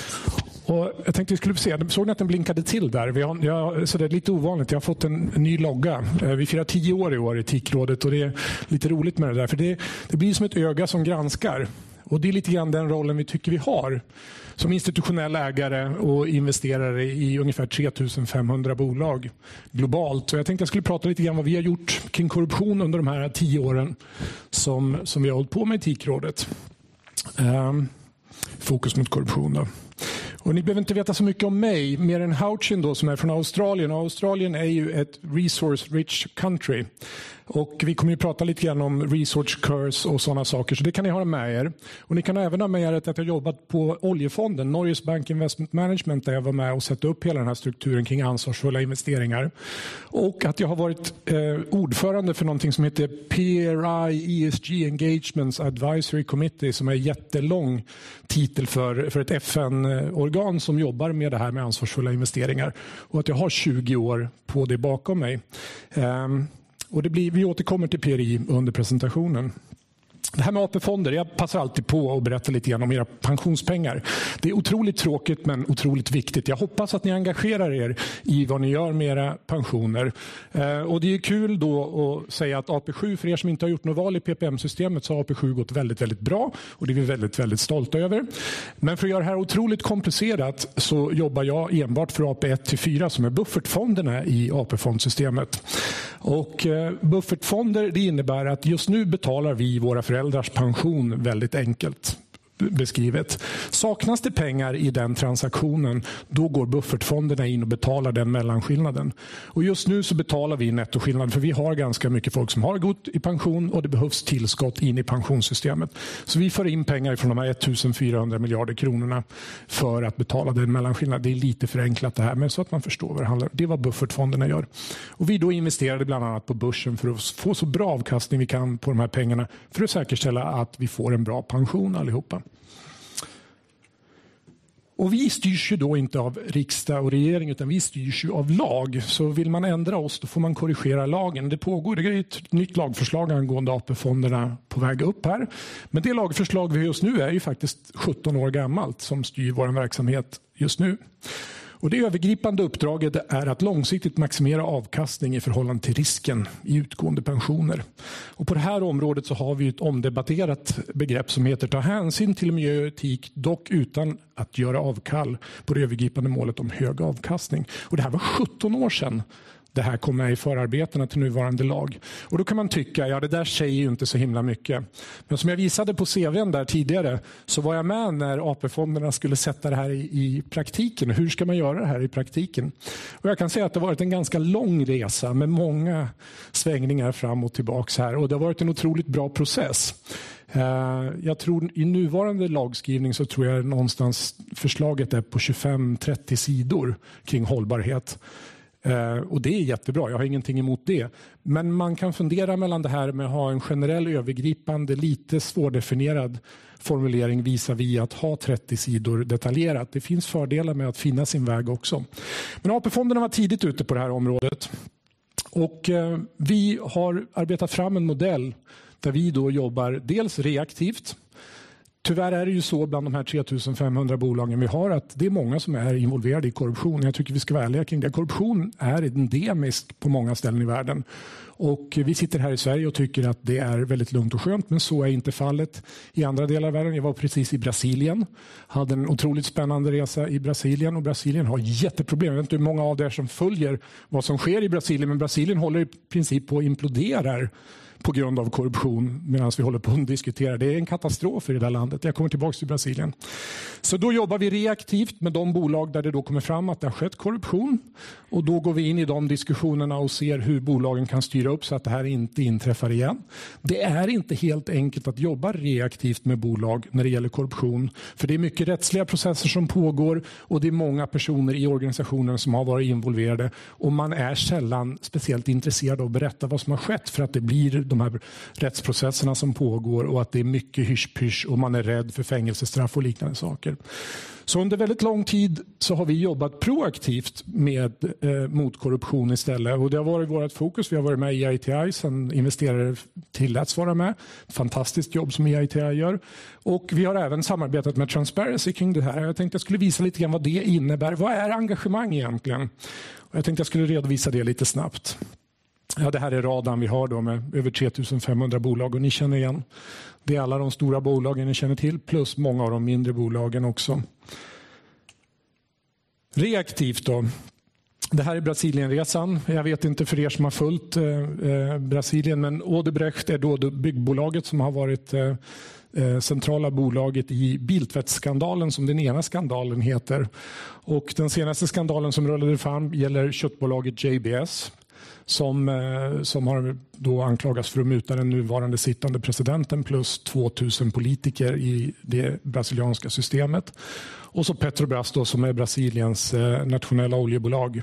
Och jag tänkte vi skulle se, såg ni att den blinkade till där? Vi har, jag, så det är lite ovanligt, jag har fått en, en ny logga. Vi firar tio år i år i Etikrådet och det är lite roligt med det där. För det, det blir som ett öga som granskar. Och det är lite grann den rollen vi tycker vi har som institutionell ägare och investerare i ungefär tre tusen femhundra bolag globalt. Så jag tänkte jag skulle prata lite grann vad vi har gjort kring korruption under de här tio åren som, som vi har hållit på med Etikrådet. Um, fokus mot korruption då. Och ni behöver inte veta så mycket om mig, mer än Houchin då som är från Australien. Och Australien är ju ett resource-rich country. Och vi kommer ju prata lite grann om resource curse och sådana saker. Så det kan ni ha med er. Och ni kan även ha med er att jag har jobbat på oljefonden, Norges Bank Investment Management, där jag var med och satte upp hela den här strukturen kring ansvarsfulla investeringar. Och att jag har varit eh, ordförande för någonting som heter P R I E S G Engagements Advisory Committee, som är en jättelång titel för, för ett F N-organ som jobbar med det här med ansvarsfulla investeringar. Och att jag har tjugo år på det bakom mig. Um, Och det blir, vi återkommer till P R I under presentationen. Det här med A P-fonder, jag passar alltid på att berätta lite grann om era pensionspengar. Det är otroligt tråkigt men otroligt viktigt. Jag hoppas att ni engagerar er i vad ni gör med era pensioner. Eh, och det är kul då att säga att A P sju, för er som inte har gjort något val i P P M-systemet, så har A P sju gått väldigt, väldigt bra. Och det är vi väldigt, väldigt stolta över. Men för att göra det här otroligt komplicerat så jobbar jag enbart för A P ett till fyra som är buffertfonderna i A P-fondsystemet. Och eh, buffertfonder, det innebär att just nu betalar vi våra föräldrars pension väldigt enkelt beskrivet. Saknas det pengar i den transaktionen, då går buffertfonderna in och betalar den mellanskillnaden. Och just nu så betalar vi nettoskillnad, för vi har ganska mycket folk som har gått i pension och det behövs tillskott in i pensionssystemet. Så vi får in pengar från de här ettusenfyrahundra miljarder kronorna för att betala den mellanskillnaden. Det är lite förenklat det här, men så att man förstår vad det handlar om. Det är vad buffertfonderna gör. Och vi då investerade bland annat på börsen för att få så bra avkastning vi kan på de här pengarna, för att säkerställa att vi får en bra pension allihopa. Och vi styrs ju då inte av riksdag och regering, utan vi styrs ju av lag. Så vill man ändra oss, då får man korrigera lagen. Det pågår, det är ett nytt lagförslag angående A P-fonderna på väg upp här. Men det lagförslag vi har just nu är ju faktiskt sjutton år gammalt, som styr vår verksamhet just nu. Och det övergripande uppdraget är att långsiktigt maximera avkastning i förhållande till risken i utgående pensioner. Och på det här området så har vi ett omdebatterat begrepp som heter ta hänsyn till miljö och etik, dock utan att göra avkall på det övergripande målet om hög avkastning. Och det här var sjutton år sedan det här kom med i förarbetena till nuvarande lag. Och då kan man tycka, ja det där säger ju inte så himla mycket. Men som jag visade på C V:n där tidigare så var jag med när A P-fonderna skulle sätta det här i, i praktiken. Hur ska man göra det här i praktiken? Och jag kan säga att det har varit en ganska lång resa med många svängningar fram och tillbaka här. Och det har varit en otroligt bra process. Jag tror i nuvarande lagskrivning så tror jag någonstans förslaget är på tjugofem till trettio sidor kring hållbarhet. Uh, och det är jättebra, jag har ingenting emot det. Men man kan fundera mellan det här med att ha en generell övergripande, lite svårdefinierad formulering visar vi att ha trettio sidor detaljerat. Det finns fördelar med att finna sin väg också. Men A P-fonderna var tidigt ute på det här området. Och uh, vi har arbetat fram en modell där vi då jobbar dels reaktivt. Tyvärr är det ju så bland de här tre tusen femhundra bolagen vi har att det är många som är involverade i korruption. Jag tycker vi ska vara ärliga kring det. Korruption är endemisk på många ställen i världen. Och vi sitter här i Sverige och tycker att det är väldigt lugnt och skönt, men så är inte fallet i andra delar av världen. Jag var precis i Brasilien, hade en otroligt spännande resa i Brasilien och Brasilien har jätteproblem. Jag vet inte hur många av er som följer vad som sker i Brasilien, men Brasilien håller i princip på att implodera på grund av korruption medan vi håller på att diskutera. Det är en katastrof i det där landet. Jag kommer tillbaka till Brasilien. Så då jobbar vi reaktivt med de bolag där det då kommer fram att det har skett korruption. Och då går vi in i de diskussionerna och ser hur bolagen kan styra upp så att det här inte inträffar igen. Det är inte helt enkelt att jobba reaktivt med bolag när det gäller korruption. För det är mycket rättsliga processer som pågår och det är många personer i organisationen som har varit involverade. Och man är sällan speciellt intresserad av att berätta vad som har skett för att det blir de här rättsprocesserna som pågår och att det är mycket hysch-pysch och man är rädd för fängelsestraff och liknande saker. Så under väldigt lång tid så har vi jobbat proaktivt med, eh, mot korruption istället. Och det har varit vårt fokus. Vi har varit med i E I T I sen investerare tilläts vara med. Ett fantastiskt jobb som E I T I gör. Och vi har även samarbetat med Transparency kring det här. Jag tänkte jag skulle visa lite grann vad det innebär. Vad är engagemang egentligen? Och jag tänkte jag skulle redovisa det lite snabbt. Ja, det här är radarn vi har då med över tre tusen femhundra bolag och ni känner igen. Det är alla de stora bolagen ni känner till plus många av de mindre bolagen också. Reaktivt då. Det här är Brasilienresan. Jag vet inte för er som har följt eh, Brasilien, men Odebrecht är då byggbolaget som har varit eh, centrala bolaget i biltvättsskandalen som den ena skandalen heter. Och den senaste skandalen som rullade fram gäller köttbolaget J B S. Som, som har då anklagats för att muta den nuvarande sittande presidenten plus tvåtusen politiker i det brasilianska systemet. Och så Petrobras då, som är Brasiliens nationella oljebolag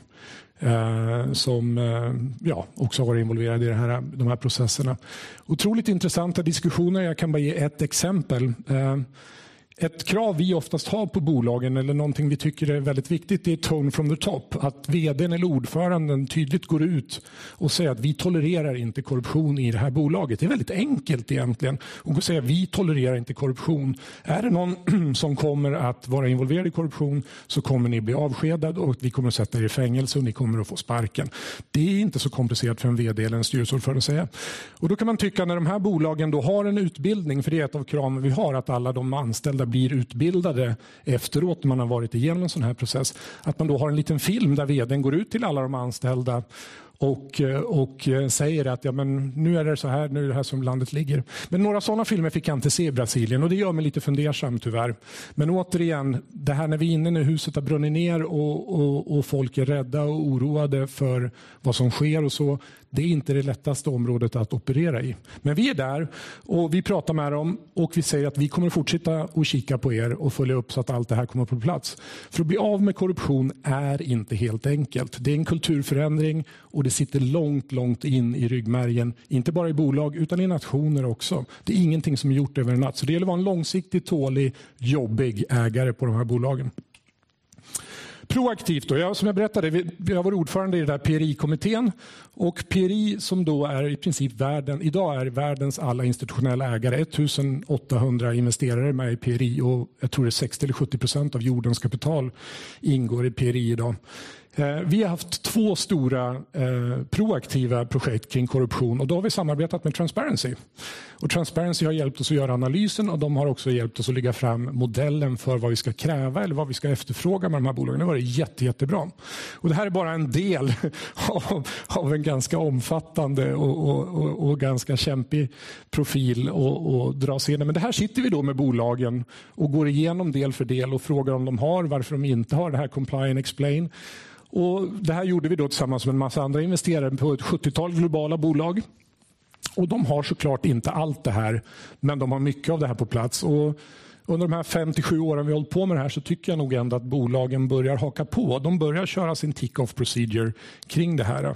eh, som eh, ja, också har varit involverade i det här, de här processerna. Otroligt intressanta diskussioner. Jag kan bara ge ett exempel. Eh, Ett krav vi oftast har på bolagen eller någonting vi tycker är väldigt viktigt är tone from the top. Att vdn eller ordföranden tydligt går ut och säger att vi tolererar inte korruption i det här bolaget. Det är väldigt enkelt egentligen att säga att vi tolererar inte korruption. Är det någon som kommer att vara involverad i korruption så kommer ni bli avskedad och vi kommer att sätta er i fängelse och ni kommer att få sparken. Det är inte så komplicerat för en vd eller en styrelseordförande att säga. Och då kan man tycka när de här bolagen då har en utbildning, för det är ett av kraven vi har, att alla de anställda blir utbildade efteråt när man har varit igenom en sån här process. Att man då har en liten film där vdn går ut till alla de anställda och, och säger att ja, men nu är det så här, nu är det här som landet ligger. Men några sådana filmer fick jag inte se i Brasilien och det gör mig lite fundersam tyvärr. Men återigen, det här när vi är inne när huset har brunnit ner och, och, och folk är rädda och oroade för vad som sker och så, det är inte det lättaste området att operera i. Men vi är där och vi pratar med dem och vi säger att vi kommer att fortsätta att kika på er och följa upp så att allt det här kommer på plats. För att bli av med korruption är inte helt enkelt. Det är en kulturförändring och det sitter långt, långt in i ryggmärgen. Inte bara i bolag utan i nationer också. Det är ingenting som är gjort över en natt. Så det gäller att vara en långsiktigt tålig, jobbig ägare på de här bolagen. Proaktivt då, jag, som jag berättade, vi, jag var ordförande i den där P R I-kommittén och P R I som då är i princip världen, idag är världens alla institutionella ägare, ettusenåttahundra investerare med i P R I och jag tror det är sextio eller sjuttio procent av jordens kapital ingår i P R I idag. Vi har haft två stora eh, proaktiva projekt kring korruption och då har vi samarbetat med Transparency. Och Transparency har hjälpt oss att göra analysen och de har också hjälpt oss att lägga fram modellen för vad vi ska kräva eller vad vi ska efterfråga med de här bolagen. Det var jätte, jättebra. Och det här är bara en del av, av en ganska omfattande och, och, och, och ganska kämpig profil att dra sig igenom. Men det här sitter vi då med bolagen och går igenom del för del och frågar om de har, varför de inte har det här Comply and Explain. Och det här gjorde vi då tillsammans med en massa andra investerare på ett sjuttiotal globala bolag. Och de har såklart inte allt det här, men de har mycket av det här på plats. Och under de här fem till sju åren vi har hållit på med det här så tycker jag nog ändå att bolagen börjar haka på. De börjar köra sin tick-off procedure kring det här.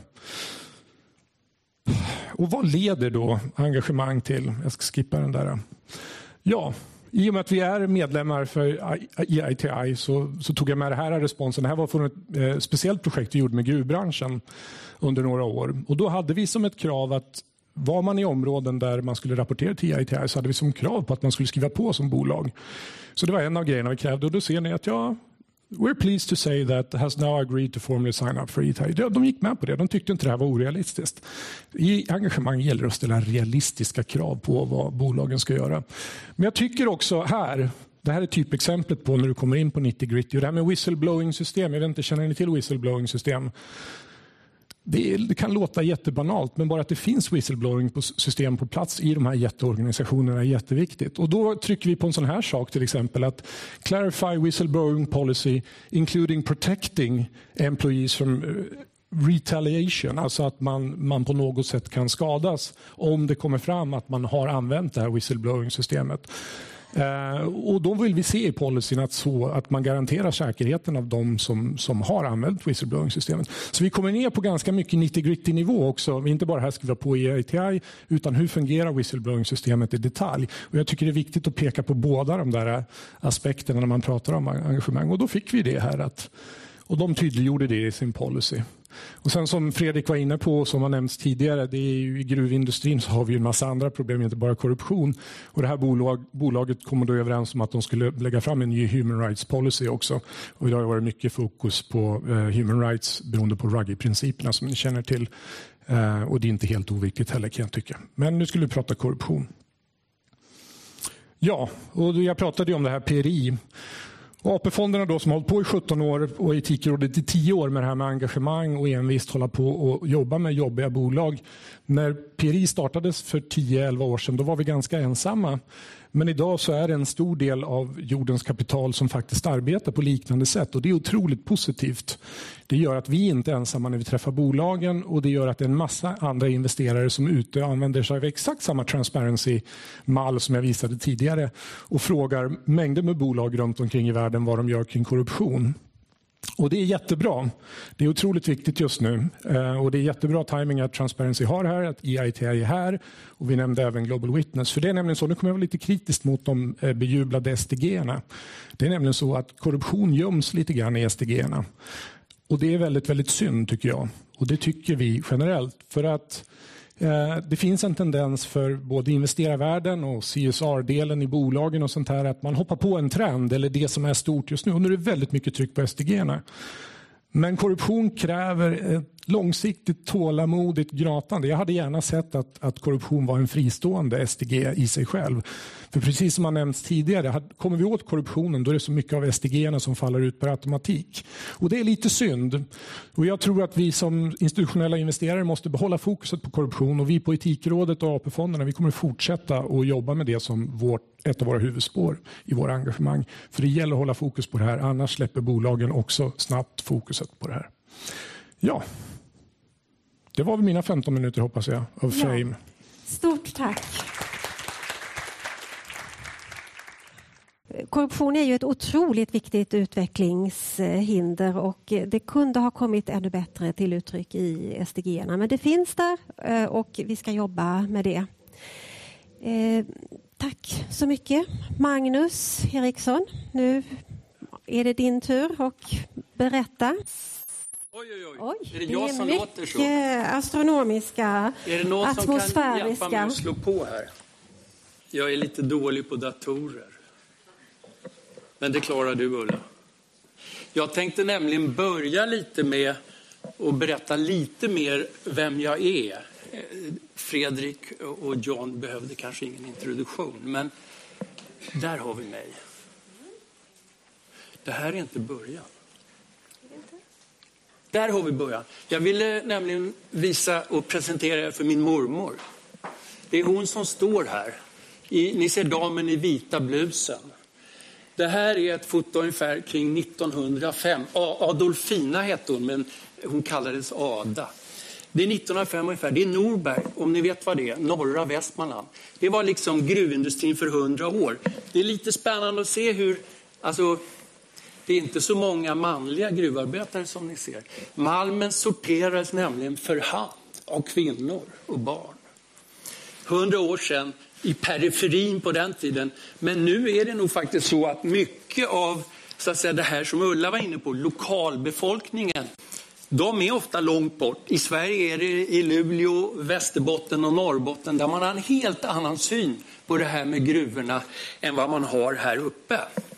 Och vad leder då engagemang till? Jag ska skippa den där. Ja, i och med att vi är medlemmar för E I T I så, så tog jag med det här responsen. Det här var från ett eh, speciellt projekt vi gjorde med gruvbranschen under några år. Och då hade vi som ett krav att var man i områden där man skulle rapportera till E I T I så hade vi som krav på att man skulle skriva på som bolag. Så det var en av grejerna vi krävde och då ser ni att ja, we're pleased to say that has now agreed to formally sign up for E I T I. De gick med på det. De tyckte inte det här var orealistiskt. I engagemang gäller det att ställa realistiska krav på vad bolagen ska göra. Men jag tycker också här, det här är typexemplet på när du kommer in på nitty-gritty. Det här med whistleblowing-system, jag vet inte, känner ni till whistleblowing-system? Det, det kan låta jättebanalt, men bara att det finns whistleblowing-system på plats i de här jätteorganisationerna är jätteviktigt. Och då trycker vi på en sån här sak till exempel att clarify whistleblowing policy including protecting employees from retaliation, alltså att man, man på något sätt kan skadas om det kommer fram att man har använt det här whistleblowing-systemet. Uh, och då vill vi se i policyn att, så, att man garanterar säkerheten av de som, som har använt whistleblowing-systemet. Så vi kommer ner på ganska mycket nitty-gritty nivå också. Vi inte bara här skriva på E I T I utan hur fungerar whistleblowing-systemet i detalj. Och jag tycker det är viktigt att peka på båda de där aspekterna när man pratar om engagemang. Och då fick vi det här att, och de tydliggjorde det i sin policy. Och sen som Fredrik var inne på, som har nämnts tidigare, det är ju i gruvindustrin så har vi en massa andra problem, inte bara korruption. Och det här bolag, bolaget kommer då överens om att de skulle lägga fram en ny human rights policy också. Och det har varit mycket fokus på eh, human rights beroende på Ruggie-principerna som ni känner till. Eh, och det är inte helt oviktigt heller kan jag tycka. Men nu skulle vi prata korruption. Ja, och jag pratade ju om det här P R I. A P-fonderna då som har hållit på i sjutton år och Etikrådet i tio år med det här med engagemang och envist hålla på och jobba med jobbiga bolag. När P R I startades för tio elva år sedan då var vi ganska ensamma. Men idag så är det en stor del av jordens kapital som faktiskt arbetar på liknande sätt och det är otroligt positivt. Det gör att vi inte är ensamma när vi träffar bolagen och det gör att det är en massa andra investerare som är ute och använder sig av exakt samma transparency-mall som jag visade tidigare och frågar mängder med bolag runt omkring i världen vad de gör kring korruption. Och det är jättebra. Det är otroligt viktigt just nu. Och det är jättebra timing att Transparency har här, att E I T I är här. Och vi nämnde även Global Witness. För det är nämligen så, nu kommer jag vara lite kritisk mot de bejublade S D G-erna. Det är nämligen så att korruption göms lite grann i S D G-erna. Och det är väldigt, väldigt synd tycker jag. Och det tycker vi generellt. För att det finns en tendens för både investerarvärlden och C S R-delen i bolagen och sånt här att man hoppar på en trend eller det som är stort just nu. Och nu är det väldigt mycket tryck på S D G-erna. Men korruption kräver ett långsiktigt tålamodigt gnatande. Jag hade gärna sett att, att korruption var en fristående S D G i sig själv. För precis som har nämnts tidigare, kommer vi åt korruptionen då är det så mycket av S D G-erna som faller ut per automatik. Och det är lite synd. Och jag tror att vi som institutionella investerare måste behålla fokuset på korruption och vi på Etikrådet och A P-fonderna vi kommer fortsätta att jobba med det som vårt, ett av våra huvudspår i våra engagemang. För det gäller att hålla fokus på det här, annars släpper bolagen också snabbt fokuset på det här. Ja, det var väl mina femton minuter hoppas jag av fame. Ja. Stort tack. Korruption är ju ett otroligt viktigt utvecklingshinder och det kunde ha kommit ännu bättre till uttryck i S D G-erna. Men det finns där och vi ska jobba med det. Tack så mycket. Magnus Eriksson, nu är det din tur och berätta. Oj, oj, oj. Oj, är det, det jag är som låter så? mycket astronomiska, Är det någon som kan atmosfäriska. hjälpa mig att slå på här? Jag är lite dålig på datorer. Men det klarar du, Ulla. Jag tänkte nämligen börja lite med att berätta lite mer vem jag är. Fredrik och John behövde kanske ingen introduktion, men där har vi mig. Det här är inte början. Där har vi början. Jag ville nämligen visa och presentera er för min mormor. Det är hon som står här. I, ni ser damen i vita blusen. Det här är ett foto ungefär kring nittonhundrafem. Adolfina hette hon, men hon kallades Ada. Det är nittonhundrafem ungefär. Det är Norberg, om ni vet vad det är. Norra Västmanland. Det var liksom gruvindustrin för hundra år. Det är lite spännande att se hur... Alltså, det är inte så många manliga gruvarbetare som ni ser. Malmen sorterades nämligen för hand av kvinnor och barn. Hundra år sedan i periferin på den tiden. Men nu är det nog faktiskt så att mycket av så att säga, det här som Ulla var inne på, lokalbefolkningen, de är ofta långt bort. I Sverige är det i Luleå, Västerbotten och Norrbotten där man har en helt annan syn på det här med gruvorna än vad man har här uppe.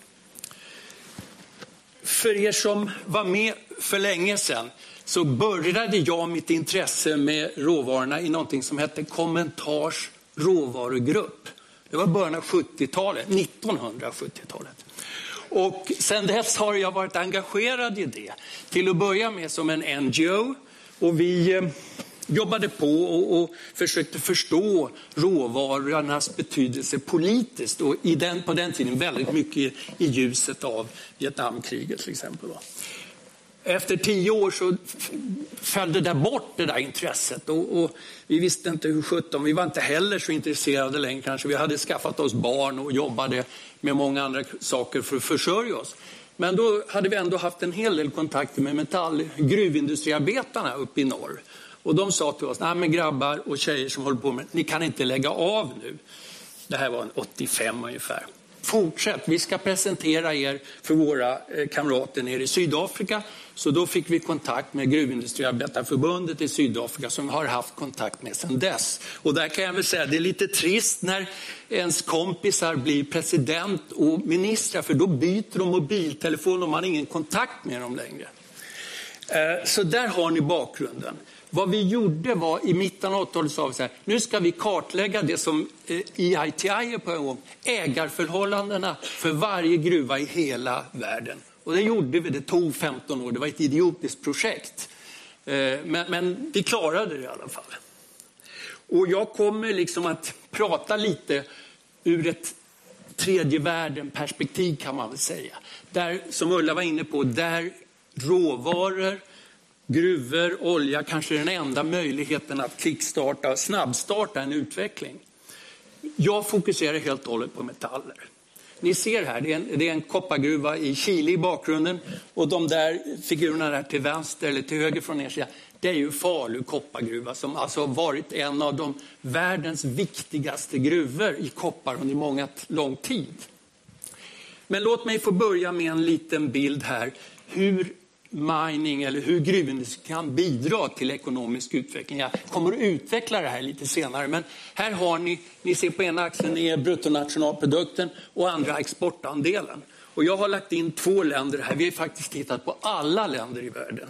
För er som var med för länge sedan så började jag mitt intresse med råvarorna i någonting som hette Kommentars råvarugrupp. Det var början av sjuttiotalet, nittonhundrasjuttiotalet. Och sen dess har jag varit engagerad i det. Till att börja med som en N G O. Och vi eh, jobbade på och, och försökte förstå råvarornas betydelse politiskt. Och i den, på den tiden väldigt mycket i, i ljuset av Vietnamkriget till exempel. Då. Efter tio år så följde det bort det där intresset och, och vi visste inte hur sjutton, vi var inte heller så intresserade längre kanske. Vi hade skaffat oss barn och jobbade med många andra saker för att försörja oss. Men då hade vi ändå haft en hel del kontakter med metall, gruvindustriarbetarna uppe i norr. Och de sa till oss, nej men grabbar och tjejer som håller på med, ni kan inte lägga av nu. Det här var en åttiofem ungefär. Fortsätt, vi ska presentera er för våra kamrater nere i Sydafrika. Så då fick vi kontakt med Gruvindustriarbetarförbundet i Sydafrika som vi har haft kontakt med sedan dess. Och där kan jag väl säga att det är lite trist när ens kompisar blir president och ministrar, för då byter de mobiltelefon och man har ingen kontakt med dem längre. Så där har ni bakgrunden. Vad vi gjorde var i mitten av åttiotalet sa vi så här, nu ska vi kartlägga det som E I T I är på en gång, ägarförhållandena för varje gruva i hela världen. Och det gjorde vi, det tog femton år, det var ett idiotiskt projekt. Men, men vi klarade det i alla fall. Och jag kommer liksom att prata lite ur ett tredje världen perspektiv kan man väl säga. Där, som Ulla var inne på, där råvaror, gruvor, olja kanske är den enda möjligheten att kickstarta, snabbstarta en utveckling. Jag fokuserar helt och hållet på metaller. Ni ser här, det är en, det är en koppargruva i Chile i bakgrunden och de där figurerna där till vänster eller till höger från er sida, det är ju Falu koppargruva som alltså har varit en av de världens viktigaste gruvor i koppar under många lång tid. Men låt mig få börja med en liten bild här hur mining eller hur gruvindustrin kan bidra till ekonomisk utveckling. Jag kommer att utveckla det här lite senare, men här har ni, ni ser på ena axeln är bruttonationalprodukten och andra exportandelen. Och jag har lagt in två länder här, vi har faktiskt tittat på alla länder i världen.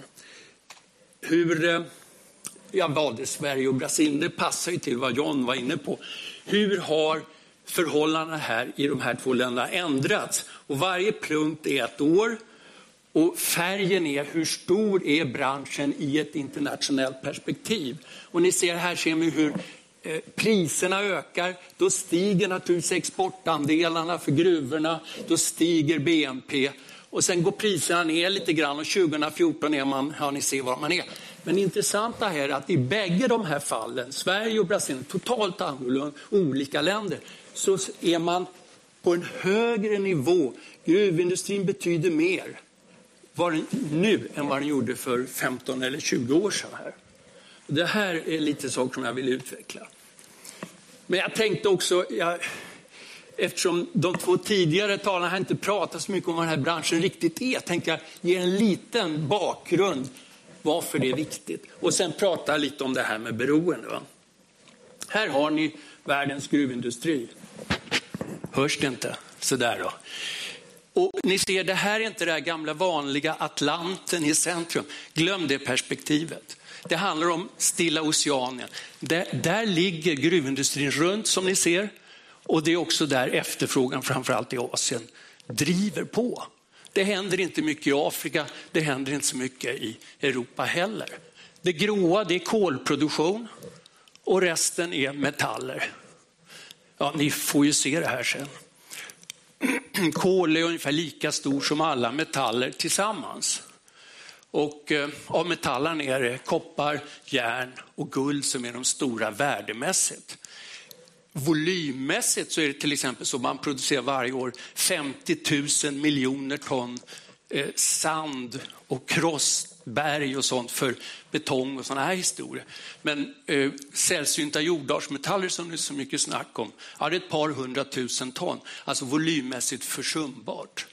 Hur, jag valde Sverige och Brasilien, det passar ju till vad John var inne på. Hur har förhållandena här i de här två länderna ändrats? Och varje punkt är ett år. Och färgen är hur stor är branschen i ett internationellt perspektiv. Och ni ser här ser vi hur eh, priserna ökar. Då stiger naturligtvis exportandelarna för gruvorna. Då stiger B N P. Och sen går priserna ner lite grann och tjugohundrafjorton är man, ja ni ser var man är. Men det intressanta här är att i bägge de här fallen, Sverige och Brasilien, totalt annorlunda olika länder, så är man på en högre nivå. Gruvindustrin betyder mer var nu än vad den gjorde för femton eller tjugo år sedan här. Det här är lite saker som jag vill utveckla. Men jag tänkte också, jag, eftersom de två tidigare talarna har inte pratat så mycket om vad den här branschen riktigt är, tänkte jag ge en liten bakgrund varför det är viktigt. Och sen prata lite om det här med beroende. Va? Här har ni världens gruvindustri. Hörs det inte? Sådär då. Och ni ser, det här är inte det här gamla vanliga Atlanten i centrum. Glöm det perspektivet. Det handlar om Stilla Oceanien. Där, där ligger gruvindustrin runt som ni ser. Och det är också där efterfrågan, framförallt i Asien, driver på. Det händer inte mycket i Afrika, det händer inte så mycket i Europa heller. Det gråa, det är kolproduktion och resten är metaller. Ja, ni får ju se det här sen. Kol är ungefär lika stor som alla metaller tillsammans. Och eh, av metallerna är det koppar, järn och guld som är de stora värdemässigt. Volymmässigt så är det till exempel så man producerar varje år femtio tusen miljoner ton eh, sand och krossberg och sånt för betong och sådana här historier. Men eh, sällsynta jordartsmetaller som det är så mycket snack om, ja, det är ett par hundratusen ton. Alltså volymmässigt försumbart.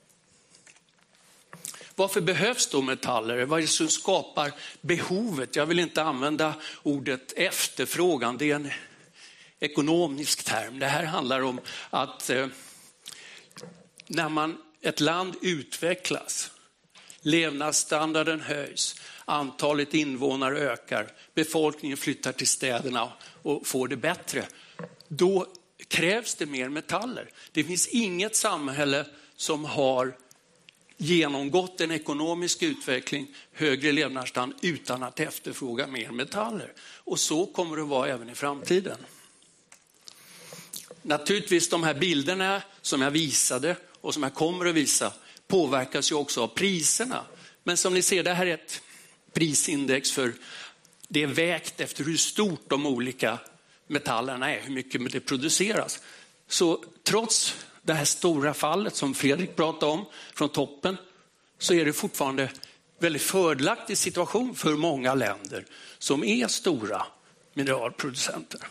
Varför behövs då metaller? Vad är det som skapar behovet? Jag vill inte använda ordet efterfrågan, det är en ekonomisk term. Det här handlar om att eh, när man, ett land utvecklas, levnadsstandarden höjs, antalet invånare ökar, befolkningen flyttar till städerna och får det bättre, då krävs det mer metaller. Det finns inget samhälle som har genomgått en ekonomisk utveckling, högre levnadsstandard utan att efterfråga mer metaller. Och så kommer det att vara även i framtiden. Naturligtvis de här bilderna som jag visade och som jag kommer att visa påverkas ju också av priserna. Men som ni ser, det här är ett prisindex för det är vägt efter hur stort de olika metallerna är, hur mycket det produceras. Så trots det här stora fallet som Fredrik pratade om från toppen så är det fortfarande väldigt fördelaktig situation för många länder som är stora mineralproducenter.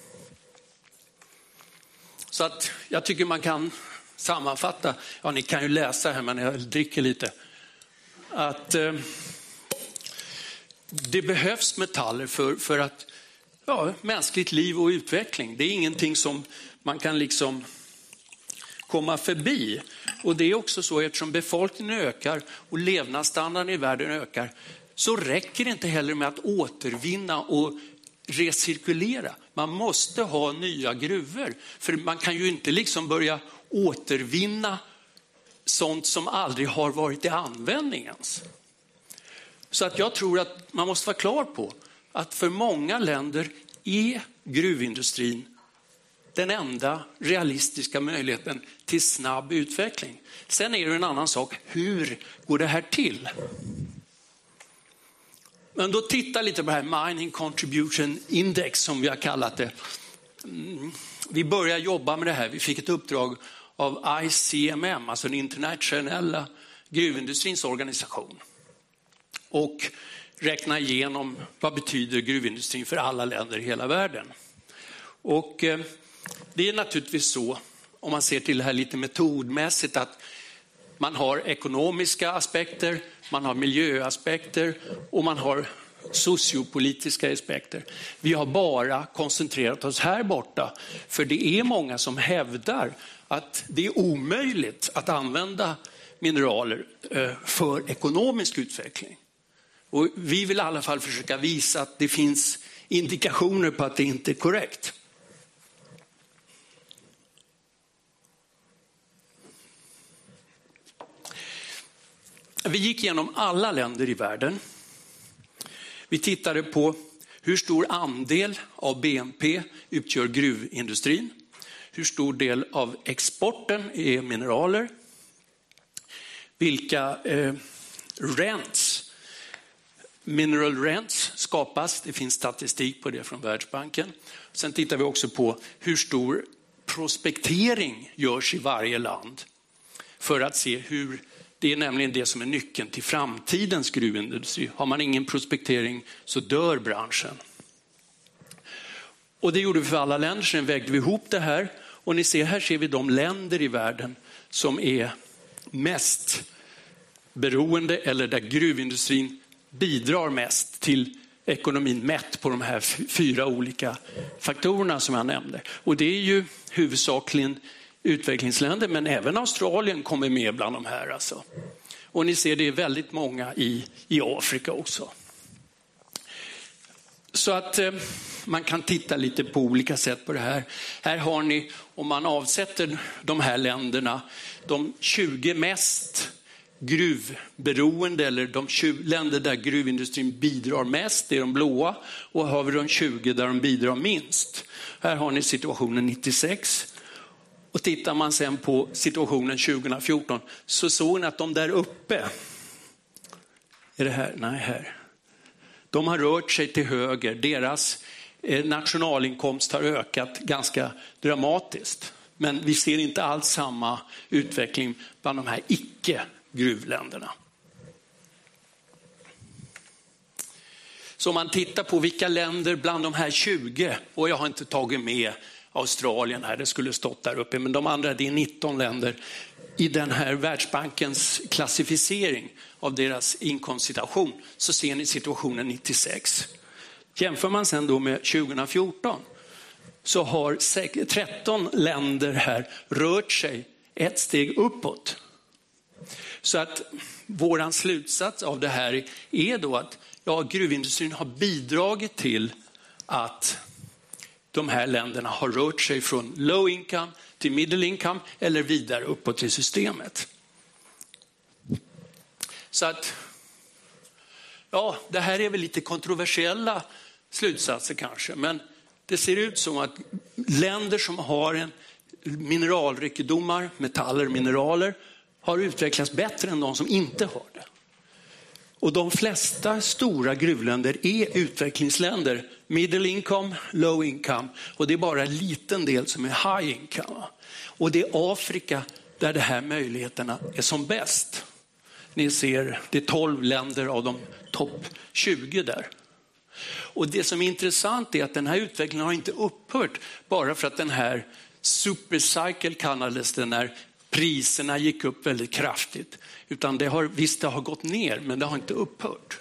Så att jag tycker man kan sammanfatta, ja ni kan ju läsa här men jag dricker lite, att eh, det behövs metaller för, för att ja, mänskligt liv och utveckling. Det är ingenting som man kan liksom komma förbi. Och det är också så eftersom befolkningen ökar och levnadsstandarden i världen ökar så räcker det inte heller med att återvinna och recirkulera. Man måste ha nya gruvor. För man kan ju inte liksom börja återvinna sånt som aldrig har varit i användning ens. Så att jag tror att man måste vara klar på att för många länder är gruvindustrin den enda realistiska möjligheten till snabb utveckling. Sen är det en annan sak, hur går det här till? Men då titta lite på det här Mining Contribution Index som vi har kallat det. Vi började jobba med det här, vi fick ett uppdrag av I C M M, alltså den internationella gruvindustrins organisation. Och räkna igenom vad betyder gruvindustrin för alla länder i hela världen. Och eh, det är naturligtvis så, om man ser till det här lite metodmässigt, att man har ekonomiska aspekter, man har miljöaspekter och man har sociopolitiska aspekter. Vi har bara koncentrerat oss här borta, för det är många som hävdar att det är omöjligt att använda mineraler för ekonomisk utveckling. Och vi vill i alla fall försöka visa att det finns indikationer på att det inte är korrekt. Vi gick igenom alla länder i världen. Vi tittade på hur stor andel av B N P utgör gruvindustrin. Hur stor del av exporten är mineraler. Vilka eh, rents, mineral rents skapas. Det finns statistik på det från Världsbanken. Sen tittar vi också på hur stor prospektering görs i varje land. För att se hur, det är nämligen det som är nyckeln till framtidens gruvindustri. Har man ingen prospektering så dör branschen. Och det gjorde vi för alla länder, sen vägde vi ihop det här Och ni ser, här ser vi de länder i världen som är mest beroende eller där gruvindustrin bidrar mest till ekonomin mätt på de här fyra olika faktorerna som jag nämnde. Och det är ju huvudsakligen utvecklingsländer, men även Australien kommer med bland de här. Alltså. Och ni ser, det är väldigt många i, i Afrika också. Så att eh, man kan titta lite på olika sätt på det här. Här har ni, om man avsätter de här länderna, de tjugo mest gruvberoende eller de tjugo länder där gruvindustrin bidrar mest, det är de blåa, och har vi de tjugo där de bidrar minst. Här har ni situationen nittiosex. Och tittar man sen på situationen tjugo fjorton så såg ni att de där uppe, är det här? Nej, här. De har rört sig till höger. Deras nationalinkomst har ökat ganska dramatiskt. Men vi ser inte alls samma utveckling bland de här icke-gruvländerna. Så om man tittar på vilka länder bland de här tjugo, och jag har inte tagit med Australien här, det skulle stått där uppe, men de andra, det är nitton länder i den här Världsbankens klassificering av deras inkomstsituation, så ser ni situationen nittiosex. Jämför man sen då med tjugo fjorton så har tretton länder här rört sig ett steg uppåt. Så att våran slutsats av det här är då att ja, gruvindustrin har bidragit till att de här länderna har rört sig från low income till middle income eller vidare uppåt i systemet. Så att ja, det här är väl lite kontroversiella slutsatser kanske, men det ser ut som att länder som har en mineralrikedomar, metaller, mineraler, har utvecklats bättre än de som inte har det. Och de flesta stora gruvländer är utvecklingsländer, middle income, low income, och det är bara en liten del som är high income. Och det är Afrika där de här möjligheterna är som bäst. Ni ser, det är tolv länder av de topp tjugo där. Och det som är intressant är att den här utvecklingen har inte upphört bara för att den här supercycle kallades den, när priserna gick upp väldigt kraftigt. Utan det har, visst det har gått ner, men det har inte upphört.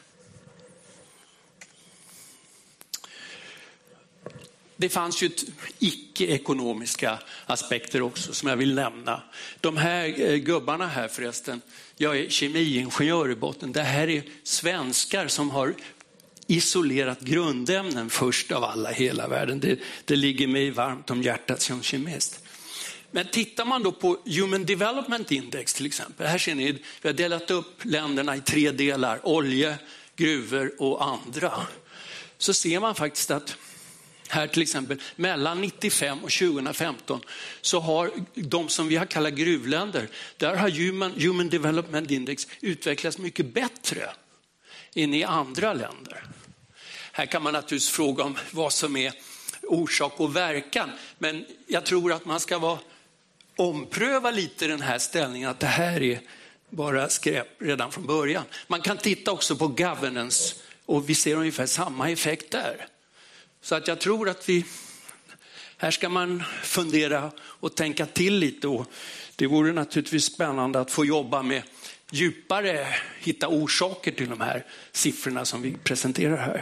Det fanns ju icke-ekonomiska aspekter också som jag vill nämna. De här gubbarna här förresten, jag är kemiingenjör i botten. Det här är svenskar som har isolerat grundämnen först av alla i hela världen. Det, det ligger mig varmt om hjärtat som kemist. Men tittar man då på Human Development Index till exempel. Här ser ni, vi har delat upp länderna i tre delar. Olje, gruvor och andra. Så ser man faktiskt att här till exempel mellan nittiofem och tjugo femton så har de som vi har kallat gruvländer, där har Human, Human Development Index utvecklats mycket bättre än i andra länder. Här kan man naturligtvis fråga om vad som är orsak och verkan, men jag tror att man ska vara, ompröva lite den här ställningen att det här är bara skräp redan från början. Man kan titta också på governance och vi ser ungefär samma effekt där. Så att jag tror att vi, här ska man fundera och tänka till lite, och det vore naturligtvis spännande att få jobba med djupare, hitta orsaker till de här siffrorna som vi presenterar här.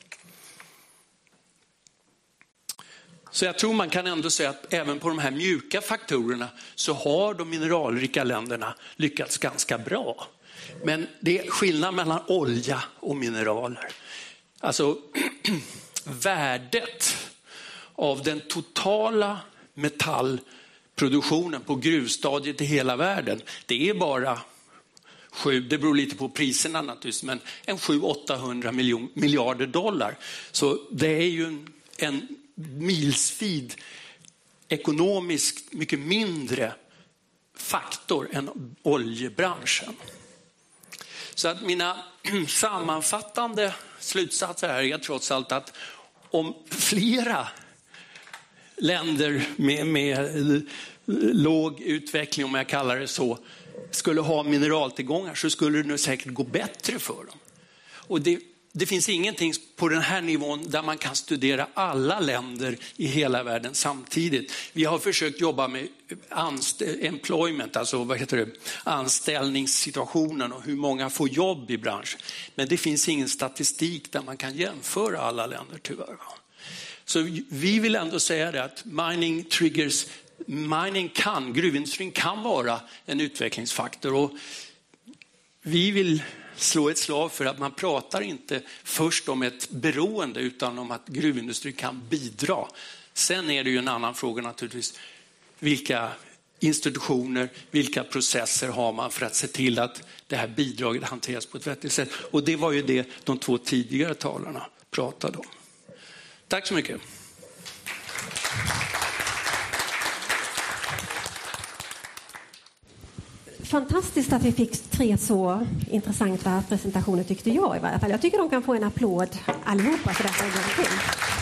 Så jag tror man kan ändå säga att även på de här mjuka faktorerna så har de mineralrika länderna lyckats ganska bra. Men det är skillnad mellan olja och mineraler. Alltså värdet av den totala metallproduktionen på gruvstadiet i hela världen, det är bara sju, det beror lite på priserna naturligtvis, men en sju åttahundra miljarder dollar. Så det är ju en, en milsvid ekonomiskt mycket mindre faktor än oljebranschen. Så att mina sammanfattande slutsatser här är trots allt att om flera länder med, med låg utveckling, om jag kallar det så, skulle ha mineraltillgångar så skulle det nu säkert gå bättre för dem. Och det, det finns ingenting på den här nivån där man kan studera alla länder i hela världen samtidigt. Vi har försökt jobba med anst- employment, alltså vad heter det? Anställningssituationen och hur många får jobb i branschen. Men det finns ingen statistik där man kan jämföra alla länder tyvärr. Så vi vill ändå säga det att mining triggers, mining kan, gruvindustrin kan vara en utvecklingsfaktor, och vi vill slå ett slag för att man pratar inte först om ett beroende utan om att gruvindustrin kan bidra. Sen är det ju en annan fråga naturligtvis, vilka institutioner, vilka processer har man för att se till att det här bidraget hanteras på ett vettigt sätt. Och det var ju det de två tidigare talarna pratade om. Tack så mycket. Fantastiskt att vi fick tre så intressanta presentationer, tyckte jag i varje fall. Jag tycker de kan få en applåd allihopa för detta en gång till.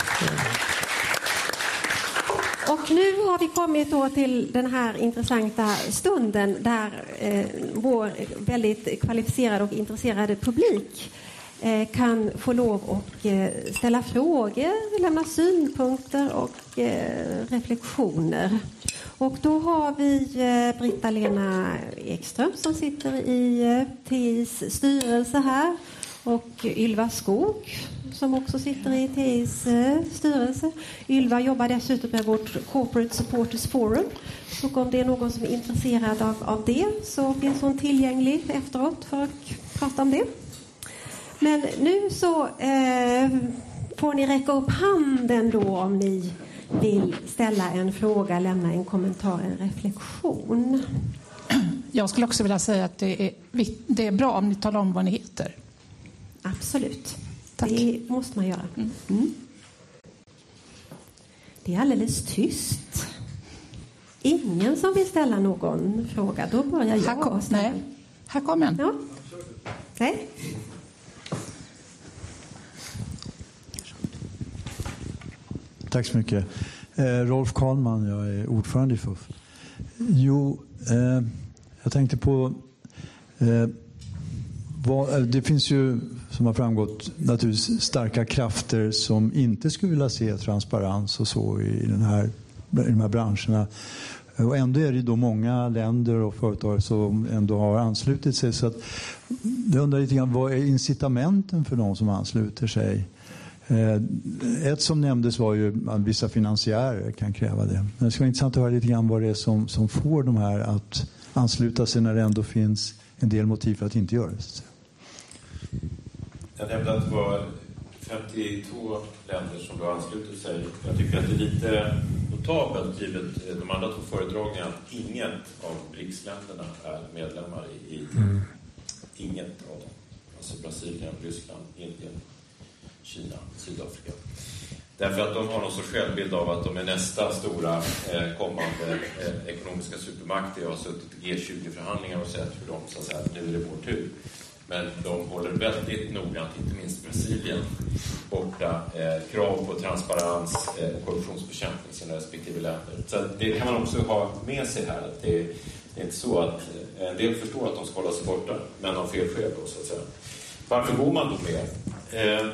Och nu har vi kommit då till den här intressanta stunden där eh, vår väldigt kvalificerade och intresserade publik eh, kan få lov och eh, ställa frågor, lämna synpunkter och eh, reflektioner. Och då har vi eh, Britta-Lena Ekström som sitter i eh, T I:s styrelse här, och Ylva Skog som också sitter i T I:s eh, styrelse. Ylva jobbar dessutom med vårt Corporate Supporters Forum. Och om det är någon som är intresserad av, av det så finns hon tillgänglig efteråt för att prata om det. Men nu så eh, får ni räcka upp handen då om ni vill ställa en fråga, lämna en kommentar, en reflektion. Jag skulle också vilja säga att det är, det är bra om ni talar om vad ni heter. Absolut. Tack. Det måste man göra. Mm. Mm. Det är alldeles tyst. Ingen som vill ställa någon fråga. Då börjar jag. Här kom, nej. Här kommer en. Ja. Nej. Tack så mycket. Eh, Rolf Karlman, jag är ordförande i F U F. Jo, eh, jag tänkte på... Eh, vad, det finns ju, som har framgått, naturligtvis starka krafter som inte skulle vilja se transparens och så i, den här, i de här branscherna. Och ändå är det då många länder och företag som ändå har anslutit sig. Så att, jag undrar lite grann, vad är incitamenten för de som ansluter sig? Ett som nämndes var ju att vissa finansiärer kan kräva det. Men det ska vara intressant att höra lite grann vad det är som, som får de här att ansluta sig när det ändå finns en del motiv för att inte göra det. Jag nämnde att det var femtiotvå länder som då anslutit sig. Jag tycker att det är lite notabelt givet de andra två föredragningarna att inget av B R I C-länderna är medlemmar i, i mm. inget av dem. Alltså Brasilien, Ryssland, Indien, Kina, Sydafrika. Därför att de har någon sorts självbild av att de är nästa stora eh, kommande eh, ekonomiska supermakt. Jag har suttit i G tjugo-förhandlingar och sett hur de så att säga, nu är det vår tur. Men de håller väldigt noggrant, inte minst Brasilien, borta eh, krav på transparens och eh, korruptionsbekämpning i sina respektive länder. Så det kan man också ha med sig här. Att det, det är inte så att eh, en del förstår att de ska hålla sig borta, men av fel skäl då, så att säga. Varför går man då med? Eh,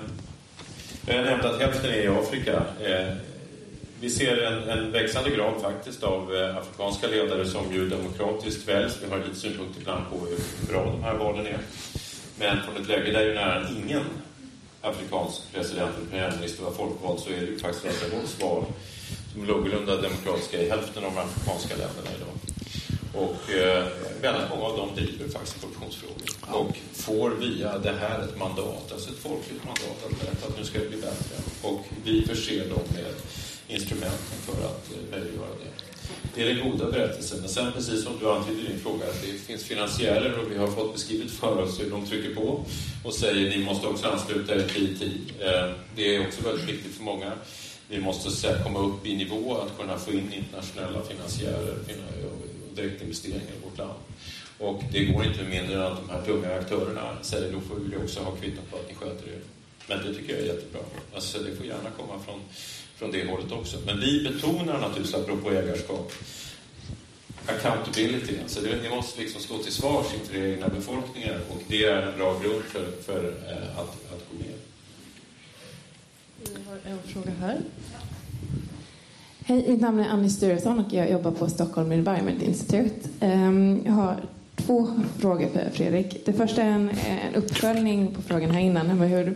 Jag nämnde att hälften är i Afrika. Eh, vi ser en, en växande grad faktiskt av eh, afrikanska ledare som ju demokratiskt väljs. Vi har lite synpunkter ibland på hur bra de här valen är. Men från ett läge där ju nära ingen afrikansk president eller premiärminister var folkvald så är det ju faktiskt ett rådsval som är någorlunda demokratiska i hälften av de afrikanska länderna idag. Och eh, väldigt många av dem driver faktiskt korruptionsfrågor. Och får via det här ett mandat, alltså ett folkligt mandat att berätta att nu ska det bli bättre. Och vi förser dem med instrumenten för att eh, möjliggöra det. Det är den goda berättelsen. Men sen precis som du antydde i din fråga att det finns finansiärer och vi har fått beskrivet för oss hur de trycker på och säger ni måste också ansluta er till I T. Eh, det är också väldigt viktigt för många. Vi måste komma upp i nivå att kunna få in internationella finansiärer och direktinvesteringar i vårt land. Och det går inte mindre än att de här tunga aktörerna säger då får vi också ha kvitton på att ni sköter er. Men det tycker jag är jättebra. Alltså det får gärna komma från, från det hållet också. Men vi betonar naturligtvis apropå ägarskap accountability. Alltså det, ni måste liksom stå till svars inför era egna befolkningar och det är en bra grund för, för eh, att, att gå med. Vi har en fråga här. Hej, mitt namn är Annie Sturesson och jag jobbar på Stockholm Environment Institute. Jag har två frågor för Fredrik. Det första är en, en uppföljning på frågan här innan. Hur,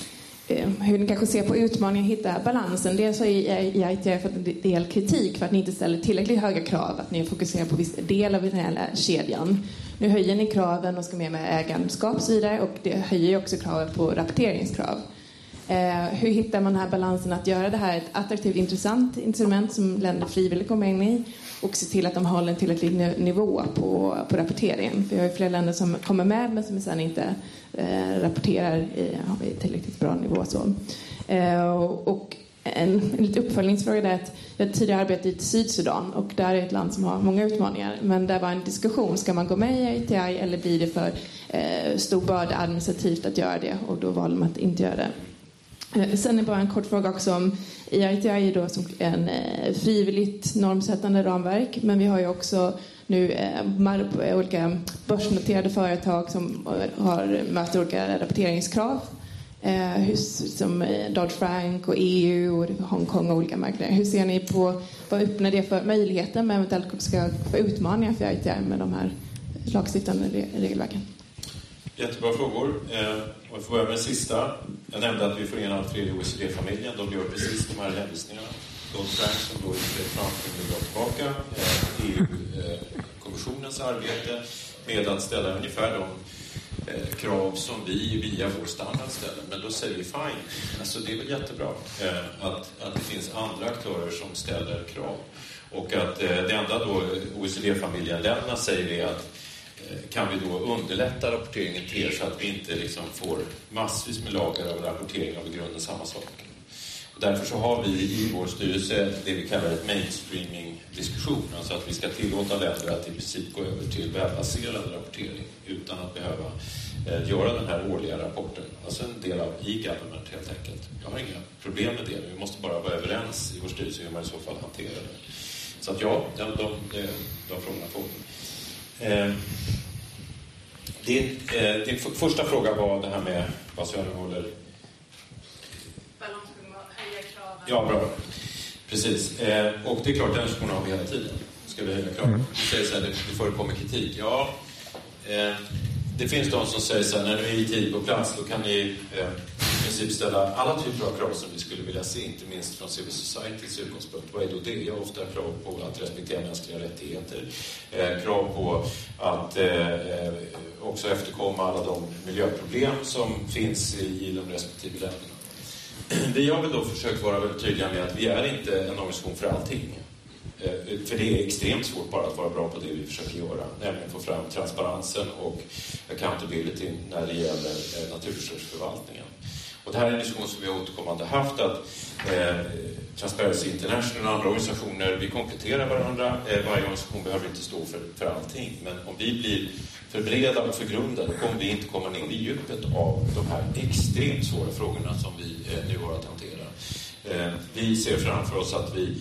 hur ni kanske ser på utmaningen att hitta balansen. Dels har jag I T I fått en del kritik för att ni inte ställer tillräckligt höga krav. Att ni fokuserar på viss del av den här kedjan. Nu höjer ni kraven och ska med med ägandeskap och så vidare. Och det höjer också kravet på rapporteringskrav. Eh, hur hittar man den här balansen att göra det här ett attraktivt, intressant instrument som länder frivilligt kommer in i och se till att de håller en tillräcklig nivå på, på rapporteringen? För jag har ju flera länder som kommer med men som sedan inte eh, rapporterar i, i tillräckligt bra nivå. Så. Eh, och, och en, en lite uppföljningsfråga är att jag tidigare arbetat i Sydsudan och där är ett land som har många utmaningar. Men där var en diskussion, ska man gå med i I T I eller blir det för eh, stor börda administrativt att göra det? Och då valde man att inte göra det. Sen är bara en kort fråga också om I T I då som en frivilligt normsättande ramverk. Men vi har ju också nu eh, olika börsnoterade företag som har möter olika rapporteringskrav. Eh, som Dodd-Frank och E U och Hongkong och olika marknader. Hur ser ni på, vad öppnar det för möjligheter med eventuellt också ska få utmaningar för I T I med de här lagstiftande regelverken? Jättebra frågor. Eh, och får börja med det sista. Jag nämnde att vi får in allt fler i O E C D-familjen. De gör precis de här hänvisningarna. Dodd-Frank som då är fram och tillbaka. Eh, E U-kommissionens eh, arbete med att ställa ungefär de eh, krav som vi via vår standard ställer. Men då säger vi fine. Alltså det är väl jättebra eh, att, att det finns andra aktörer som ställer krav. Och att eh, det enda då O E C D-familjen lämnar säger är att kan vi då underlätta rapporteringen till er så att vi inte liksom får massvis med lagar av rapportering av i grunden samma sak. Och därför så har vi i vår styrelse det vi kallar ett mainstreaming-diskussion, alltså att vi ska tillåta länder att i princip gå över till webbaserad rapportering utan att behöva eh, göra den här årliga rapporten. Alltså en del av e-government helt enkelt. Jag har inga problem med det, vi måste bara vara överens i vår styrelse hur man i så fall hanterar det. Så att ja, de, de, de, de frågorna får Eh, din, eh, din f- första fråga var det här med vad så jag håller... Ja, bra. Precis. Eh, och det är klart, den diskussionen har vi hela tiden. Ska vi höja krav? Du säger så här, det, det förekommer kritik. Ja, eh, det finns de som säger så här, när nu är I T I på plats, då kan ni eh, i princip ställa alla typer av krav som vi skulle vilja se, inte minst från civil societys utgångspunkt. Vad är då det? Jag har ofta krav på att respektera mänskliga rättigheter, eh, krav på att eh, också efterkomma alla de miljöproblem som finns i, i de respektive länderna. Vi har väl då försökt vara väldigt tydliga med att vi är inte en organisation för allting. För det är extremt svårt bara att vara bra på det vi försöker göra. Nämligen få fram transparensen och accountability när det gäller naturresursförvaltningen. Och det här är en diskussion som vi har återkommande haft att eh, Transparency International och andra organisationer, vi kompletterar varandra. Eh, varje organisation behöver inte stå för, för allting. Men om vi blir för breda och för grunda, då kommer vi inte komma ner i djupet av de här extremt svåra frågorna som vi eh, nu har att hantera. Eh, vi ser framför oss att vi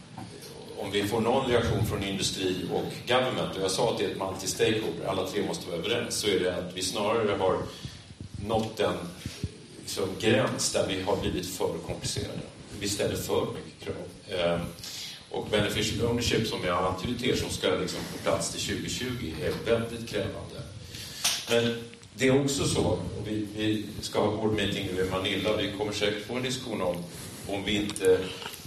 om vi får någon reaktion från industri och government, och jag sa att det är ett multi-stakeholder, alla tre måste vara överens, så är det att vi snarare har nått en liksom, gräns där vi har blivit för komplicerade. Vi ställer för mycket krav. Eh, och beneficial ownership som jag antytt er som ska liksom, på plats till tjugo tjugo är väldigt krävande. Men det är också så, och vi, vi ska ha board meeting nu i Manila, vi kommer säkert få en diskussion om om vi inte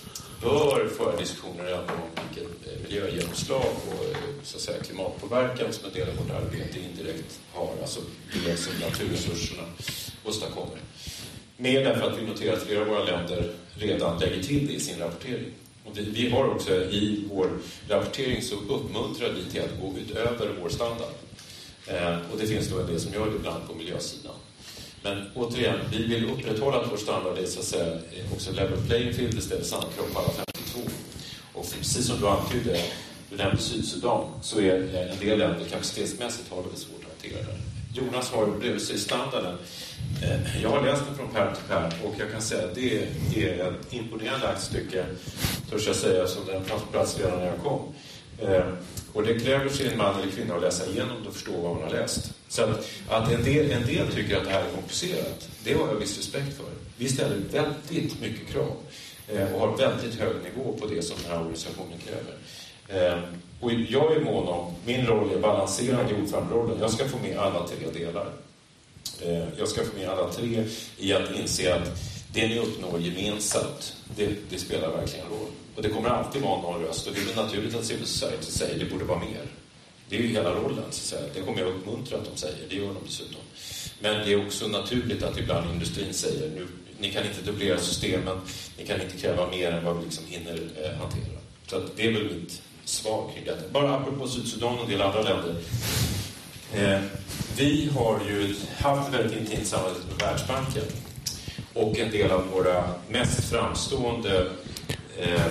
bör föra diskussioner om vilket miljögenomslag och så att säga, klimatpåverkan som en del av vårt arbete indirekt har, alltså det som naturresurserna åstadkommer. Mer därför att vi noterar att flera av våra länder redan lägger till det i sin rapportering. Och vi, vi har också i vår rapportering så uppmuntrar vi till att gå utöver vår standard. Eh, och det finns då en del som gör det ibland på miljösidan. Men återigen, vi vill upprätthålla att vår standard är så att säga också level playing field istället samma krav på alla femtiotvå. Och precis som du antydde, du nämnde Sydsudan, så är en del länder kapacitetsmässigt har det svårt att hantera det. Jonas har bredvid sig standarden. Jag har läst den från pärm till pärm och jag kan säga att det är ett imponerande aktstycke, törs jag säga, som den fanns på plats redan när jag kom. Eh, och det kräver sig en man eller kvinna att läsa igenom och förstå vad man har läst. Så att, att en, del, en del tycker att det här är komplicerat, det har jag viss respekt för. Vi ställer väldigt mycket krav eh, och har väldigt hög nivå på det som den här organisationen kräver. Eh, och jag är mån om, min roll är balanserande i ordföranderollen. Jag ska få med alla tre delar. Eh, jag ska få med alla tre i att inse att det ni uppnår gemensamt, det, det spelar verkligen roll. Och det kommer alltid vara någon röst. Och det är väl naturligt att Civil Society säger det borde vara mer. Det är ju hela rollen, så att säga. Det kommer jag uppmuntra att de säger. Det gör de dessutom. Men det är också naturligt att ibland industrin säger nu, ni kan inte dubblera systemen. Ni kan inte kräva mer än vad vi liksom hinner eh, hantera. Så att det är väl mitt svar kring detta. Bara apropå Sydsudan och en del andra länder. Eh, vi har ju haft väldigt intimt samarbete med Världsbanken. Och en del av våra mest framstående eh,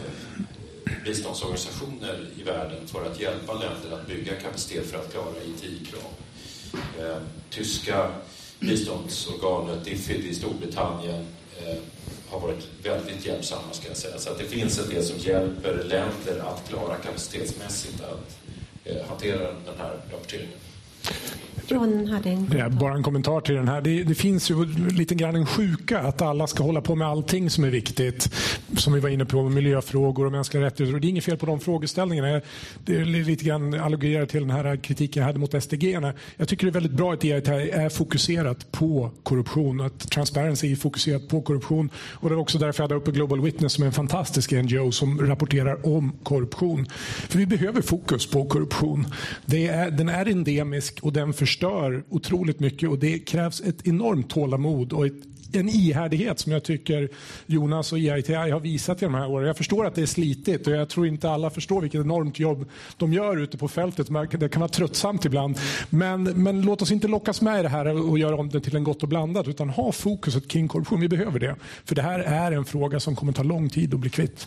biståndsorganisationer i världen för att hjälpa länder att bygga kapacitet för att klara I T I-krav. Eh, tyska biståndsorganet D F I D i Storbritannien eh, har varit väldigt hjälpsamma, ska jag säga. Så att det finns en del som hjälper länder att klara kapacitetsmässigt att eh, hantera den här rapporteringen. John hade en ja, bara en kommentar till den här. Det, det finns ju lite grann en sjuka att alla ska hålla på med allting som är viktigt. Som vi var inne på, miljöfrågor och mänskliga rättigheter. Och det är inget fel på de frågeställningarna. Det är lite grann allogerat till den här kritiken jag hade mot S D G. Jag tycker det är väldigt bra att det är fokuserat på korruption. Att Transparency är fokuserat på korruption. Och det är också därför jag hade uppe Global Witness som är en fantastisk N G O som rapporterar om korruption. För vi behöver fokus på korruption. Det är, den är endemisk och den förstör otroligt mycket och det krävs ett enormt tålamod och ett, en ihärdighet som jag tycker Jonas och E I T I har visat i de här åren. Jag förstår att det är slitigt och jag tror inte alla förstår vilket enormt jobb de gör ute på fältet. Det kan vara tröttsamt ibland. Men, men låt oss inte lockas med i det här och göra om det till en gott och blandat utan ha fokuset kring korruption. Vi behöver det. För det här är en fråga som kommer ta lång tid att bli kvitt.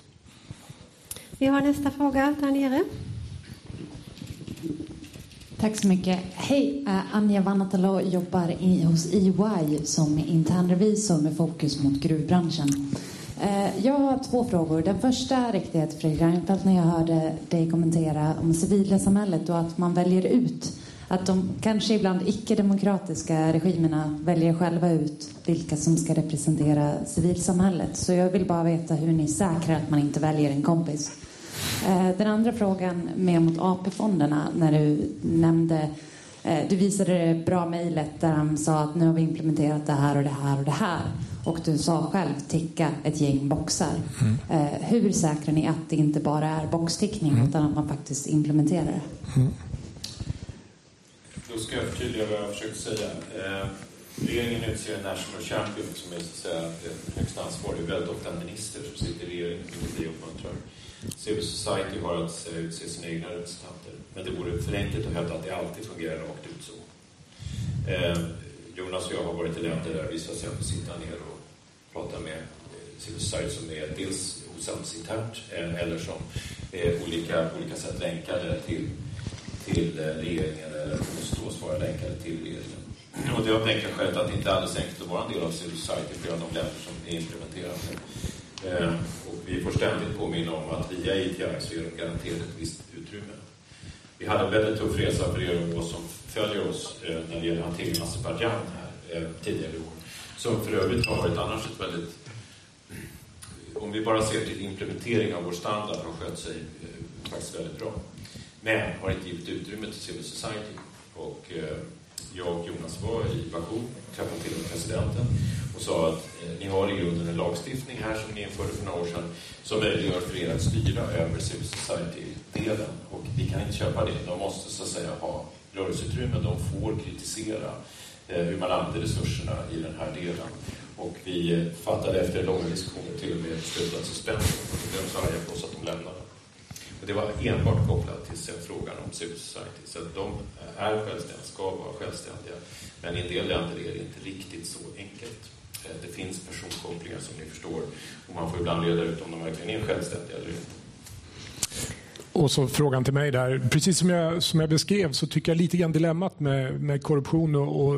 Vi har nästa fråga där nere. Tack så mycket. Hej, Anja Vanatalo jobbar i, hos E Y som internrevisor med fokus mot gruvbranschen. Jag har två frågor. Den första riktar till Fredrik Reinfeldt när jag hörde dig kommentera om civilsamhället och att man väljer ut att de kanske ibland icke-demokratiska regimerna väljer själva ut vilka som ska representera civilsamhället. Så jag vill bara veta hur ni säkrar att man inte väljer en kompis. Den andra frågan mer mot A P-fonderna när du nämnde, du visade det bra mejlet där han sa att nu har vi implementerat det här och det här och det här och du sa själv ticka ett gäng boxar. Mm. Hur säkrar ni att det inte bara är boxtickning mm. utan att man faktiskt implementerar det? Mm. Då ska jag förtydliga vad jag försöker säga. Eh, regeringen utser en national champion som är så att säga högst ansvarig, väldigt ofta en minister som sitter i regeringen som vi uppmuntrar. Civil Society har att utse sina egna representanter. Men det vore för enkelt att hävda att det alltid fungerar rakt ut så. Eh, Jonas och jag har varit i länder där vi så att säga får sitta ner och prata med Civil Society som är dels osams internt eh, eller som är olika, olika sätt länkade till, till regeringen eller påstås vara länkade till regeringen. Och det är av enkla skälet att det inte är alldeles enkelt att vara en del av Civil Society för de länder som är implementerade. Eh, och vi får ständigt påminna om att via I T I så är de garanterade ett visst utrymme. Vi hade en väldigt tuff resa för er och oss som följer oss eh, när det gäller hanteringen av Azerbaijan här eh, tidigare i år. Som för övrigt har varit annars ett väldigt... Om vi bara ser till implementering av vår standard har skött sig eh, faktiskt väldigt bra. Men har inte givit utrymme till Civil Society. Och eh, jag och Jonas var i Baku, träffade till med presidenten och sa att eh, ni har i grunden en lagstiftning här som ni införde för några år sedan som möjliggör för er att styra över Civil Society-delen. Och vi kan inte köpa det. De måste så att säga ha rörelseutrymme. De får kritisera eh, hur man använder resurserna i den här delen. Och vi eh, fattade efter långa diskussioner till och med beslut att suspendera. Och de sa arga på oss att de lämnade. Och det var enbart kopplat till frågan om Civil Society. Så att de är självständiga, ska vara självständiga. Men i en del länder är det inte riktigt så enkelt. Det finns personkopplingar som ni förstår. Och man får ibland reda ut om de verkligen är självständiga eller inte. Och så frågan till mig där. Precis som jag, som jag beskrev så tycker jag lite grann dilemmat med, med korruption och, och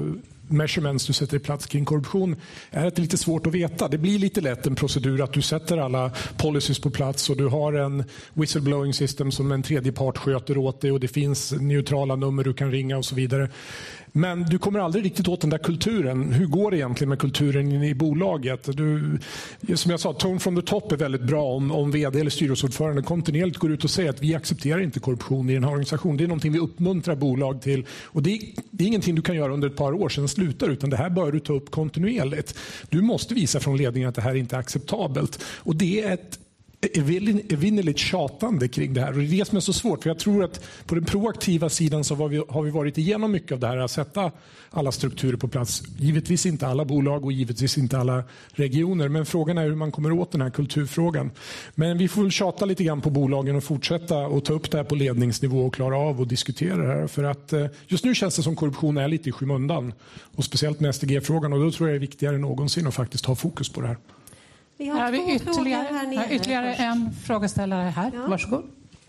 measurements du sätter i plats kring korruption är att det är lite svårt att veta. Det blir lite lätt en procedur att du sätter alla policies på plats och du har en whistleblowing system som en tredje part sköter åt dig och det finns neutrala nummer du kan ringa och så vidare. Men du kommer aldrig riktigt åt den där kulturen. Hur går det egentligen med kulturen inne i bolaget? Du, som jag sa, tone from the top är väldigt bra om, om vd eller styrelseordförande kontinuerligt går ut och säger att vi accepterar inte korruption i den här organisationen. Det är någonting vi uppmuntrar bolag till. Och det är, det är ingenting du kan göra under ett par år sedan slutar, utan det här bör du ta upp kontinuerligt. Du måste visa från ledningen att det här inte är acceptabelt. Och det är ett evinnerligt tjatande kring det här. Och det är det som är så svårt. För jag tror att på den proaktiva sidan så har vi, har vi varit igenom mycket av det här. Att sätta alla strukturer på plats. Givetvis inte alla bolag och givetvis inte alla regioner. Men frågan är hur man kommer åt den här kulturfrågan. Men vi får väl tjata lite grann på bolagen och fortsätta och ta upp det här på ledningsnivå och klara av och diskutera det här. För att just nu känns det som korruption är lite i skymundan. Och speciellt med S D G-frågan. Och då tror jag det är viktigare än någonsin att faktiskt ha fokus på det här. Vi har, har vi ytterligare, här nere, ytterligare en frågeställare här. Ja. Varsågod.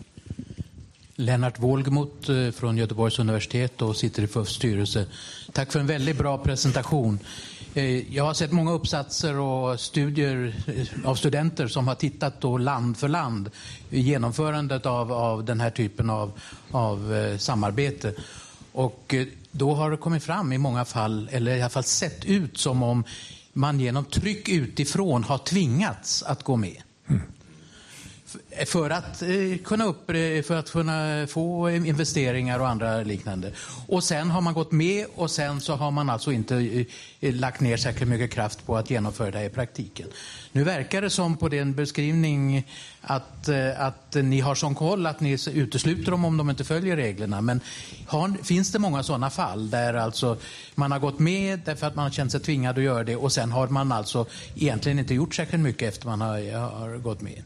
Lennart Wåhlgemuth från Göteborgs universitet och sitter i F U Fs styrelse. Tack för en väldigt bra presentation. Jag har sett många uppsatser och studier av studenter som har tittat då land för land i genomförandet av, av den här typen av, av samarbete. Och då har det kommit fram i många fall, eller i alla fall sett ut som om man genom tryck utifrån har tvingats att gå med. Mm. För att, eh, kunna upp, för att kunna få investeringar och andra liknande. Och sen har man gått med och sen så har man alltså inte eh, lagt ner särskilt mycket kraft på att genomföra det i praktiken. Nu verkar det som på den beskrivning att, eh, att ni har sån koll att ni utesluter dem om de inte följer reglerna. Men har, finns det många sådana fall där alltså man har gått med därför att man har känt sig tvingad att göra det och sen har man alltså egentligen inte gjort särskilt mycket efter man har, har gått med?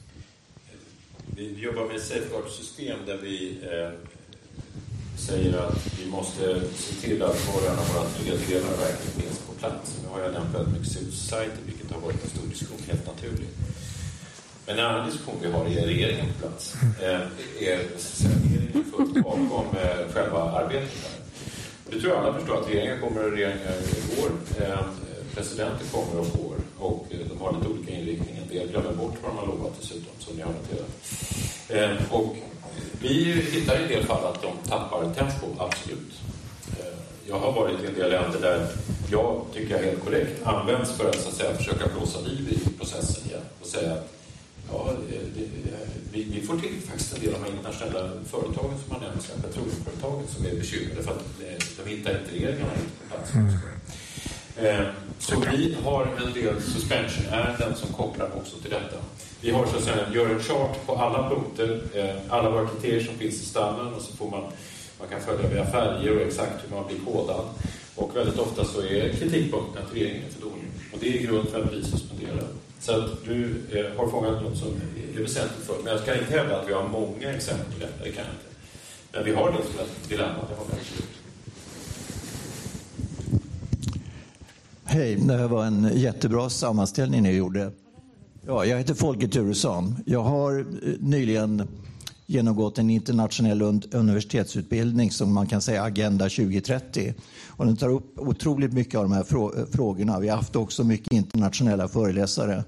Vi jobbar med ett safeguard-system där vi eh, säger att vi måste se till att våra våra tredjedelar verkligen finns på plats. Nu har jag nämnt väldigt mycket civil society, vilket har varit en stor diskussion, helt naturligt. Men en annan diskussion vi har är regeringen på plats. Eh, är regeringen fullt bakom eh, själva arbetet där. Och det tror jag alla förstår att regeringen kommer och regeringen går. Eh, presidenten kommer och går. Och de har lite olika inriktningar. En del glömmer bort vad de har lovat dessutom, som ni har noterat. Eh, och vi hittar i en del fall att de tappar tempo, absolut. Eh, jag har varit i en del länder där jag tycker jag helt korrekt används för att, så att säga, försöka blåsa liv i processen igen. Och säga att ja, det, det, vi, vi får till faktiskt en del av de internationella företagen som man nämner, petroleumföretagen som är bekymrade för att de hittar inte regeringarna på plats. Mm. Så vi har en del suspension-ärenden som kopplar också till detta. Vi har så att säga, gör en chart på alla punkter, alla våra kriterier som finns i standarden, och så får man, man kan följa via färger och exakt hur man blir kodad. Och väldigt ofta så är kritikpunkten att regeringen är för dålig. Och det är grund för att bli suspenderad. Så att du eh, har fångat något som är väsentligt för. Men jag ska inte hävda att vi har många exempel på detta, det kan jag inte. Men vi har det som ett dilemma, det har vi absolut. Hej, det här var en jättebra sammanställning ni gjorde. Ja, jag heter Folke Turesson. Jag har nyligen genomgått en internationell universitetsutbildning som man kan säga Agenda tjugo trettio. Och den tar upp otroligt mycket av de här frågorna. Vi har haft också mycket internationella föreläsare.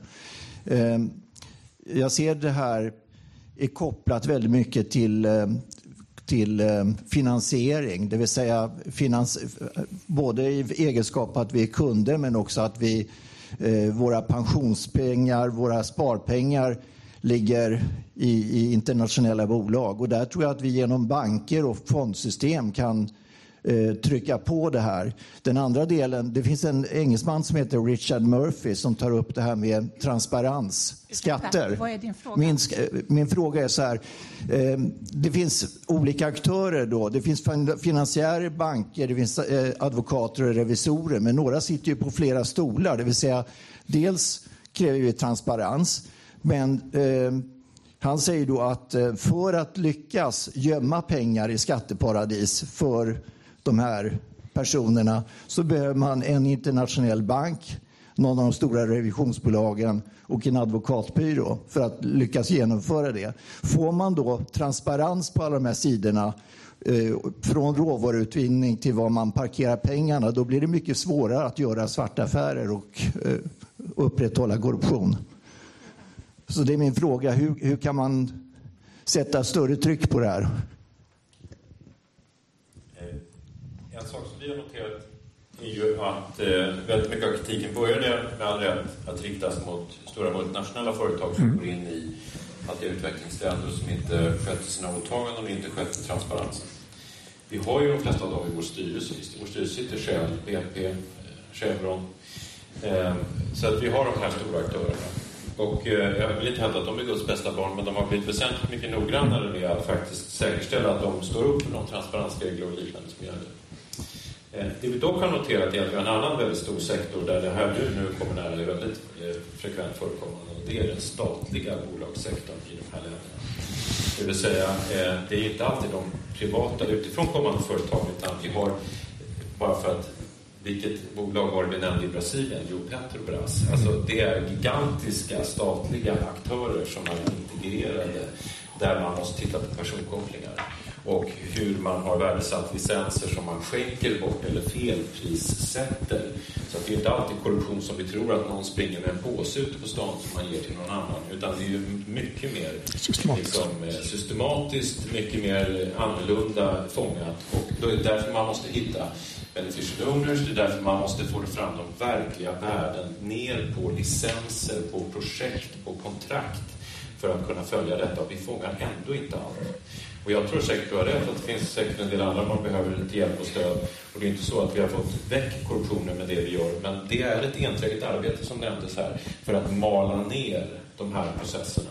Jag ser det här är kopplat väldigt mycket till till finansiering, det vill säga finans, både i egenskap att vi är kunder men också att vi, eh, våra pensionspengar, våra sparpengar ligger i, i internationella bolag. Och där tror jag att vi genom banker och fondsystem kan eh, trycka på det här. Den andra delen, det finns en engelsman som heter Richard Murphy som tar upp det här med transparens, skatter. Vad är din fråga? Min, min fråga är så här, eh, det finns olika aktörer då. Det finns finansiärer, banker, det finns eh, advokater och revisorer, men några sitter ju på flera stolar. Det vill säga, dels kräver vi transparens, men eh, han säger då att eh, för att lyckas gömma pengar i skatteparadis för de här personerna så behöver man en internationell bank någon av de stora revisionsbolagen och en advokatbyrå för att lyckas genomföra det. Får man då transparens på alla de här sidorna eh, från råvaruutvinning till var man parkerar pengarna, då blir det mycket svårare att göra svarta affärer och eh, upprätthålla korruption. Så det är min fråga, hur, hur kan man sätta större tryck på det här? En sak som vi har noterat är ju att eh, väldigt mycket av kritiken började med all rätt att riktas mot stora multinationella företag som mm. går in i fattiga utvecklingsländer som inte sköter sina åtaganden och inte sköter transparensen. Vi har ju de flesta av dem i vår styrelse. I vår styrelse sitter Shell, B P, Chevron. Eh, så att vi har de här stora aktörerna. Och eh, jag vill inte hävda att de är Guds bästa barn, men de har blivit väsentligt mycket noggrannare med att faktiskt säkerställa att de står upp för de transparensregler och liknande som gäller. Eh, det vi dock har noterat är att vi har en annan väldigt stor sektor där det här nu kommer nära är väldigt eh, frekvent förekommande, och det är den statliga bolagssektorn i de här länderna. Det vill säga, eh, det är inte alltid de privata utifrån kommande företag, utan vi har, bara för att vilket bolag var det vi nämnde i Brasilien? Jo, Petrobras. Alltså det är gigantiska statliga aktörer som är integrerade, där man måste titta på personkopplingar och hur man har värdesatt licenser som man skänker bort eller felprissätter. Så att det är inte alltid korruption som vi tror att någon springer med en påse ute på stan som man ger till någon annan, utan det är ju mycket mer systematiskt, liksom, systematiskt mycket mer annorlunda fångat, och då är det därför man måste hitta beneficial owners, det är därför man måste få fram de verkliga värden ner på licenser, på projekt, på kontrakt för att kunna följa detta, och vi fångar ändå inte allt. Och jag tror säkert du har rätt att det finns säkert en del andra man behöver lite hjälp och stöd, och det är inte så att vi har fått väck korruptionen med det vi gör, men det är ett enträget arbete som nämndes här för att mala ner de här processerna.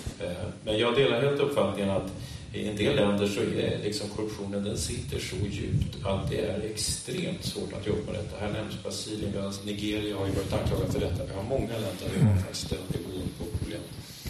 Men jag delar helt uppfattningen att i en del länder så är liksom korruptionen, den sitter så djupt att det är extremt svårt att jobba med detta. Här nämns Brasilien, Nigeria har ju varit anklagade för detta. Vi har många länder där vi har faktiskt ställt på problem.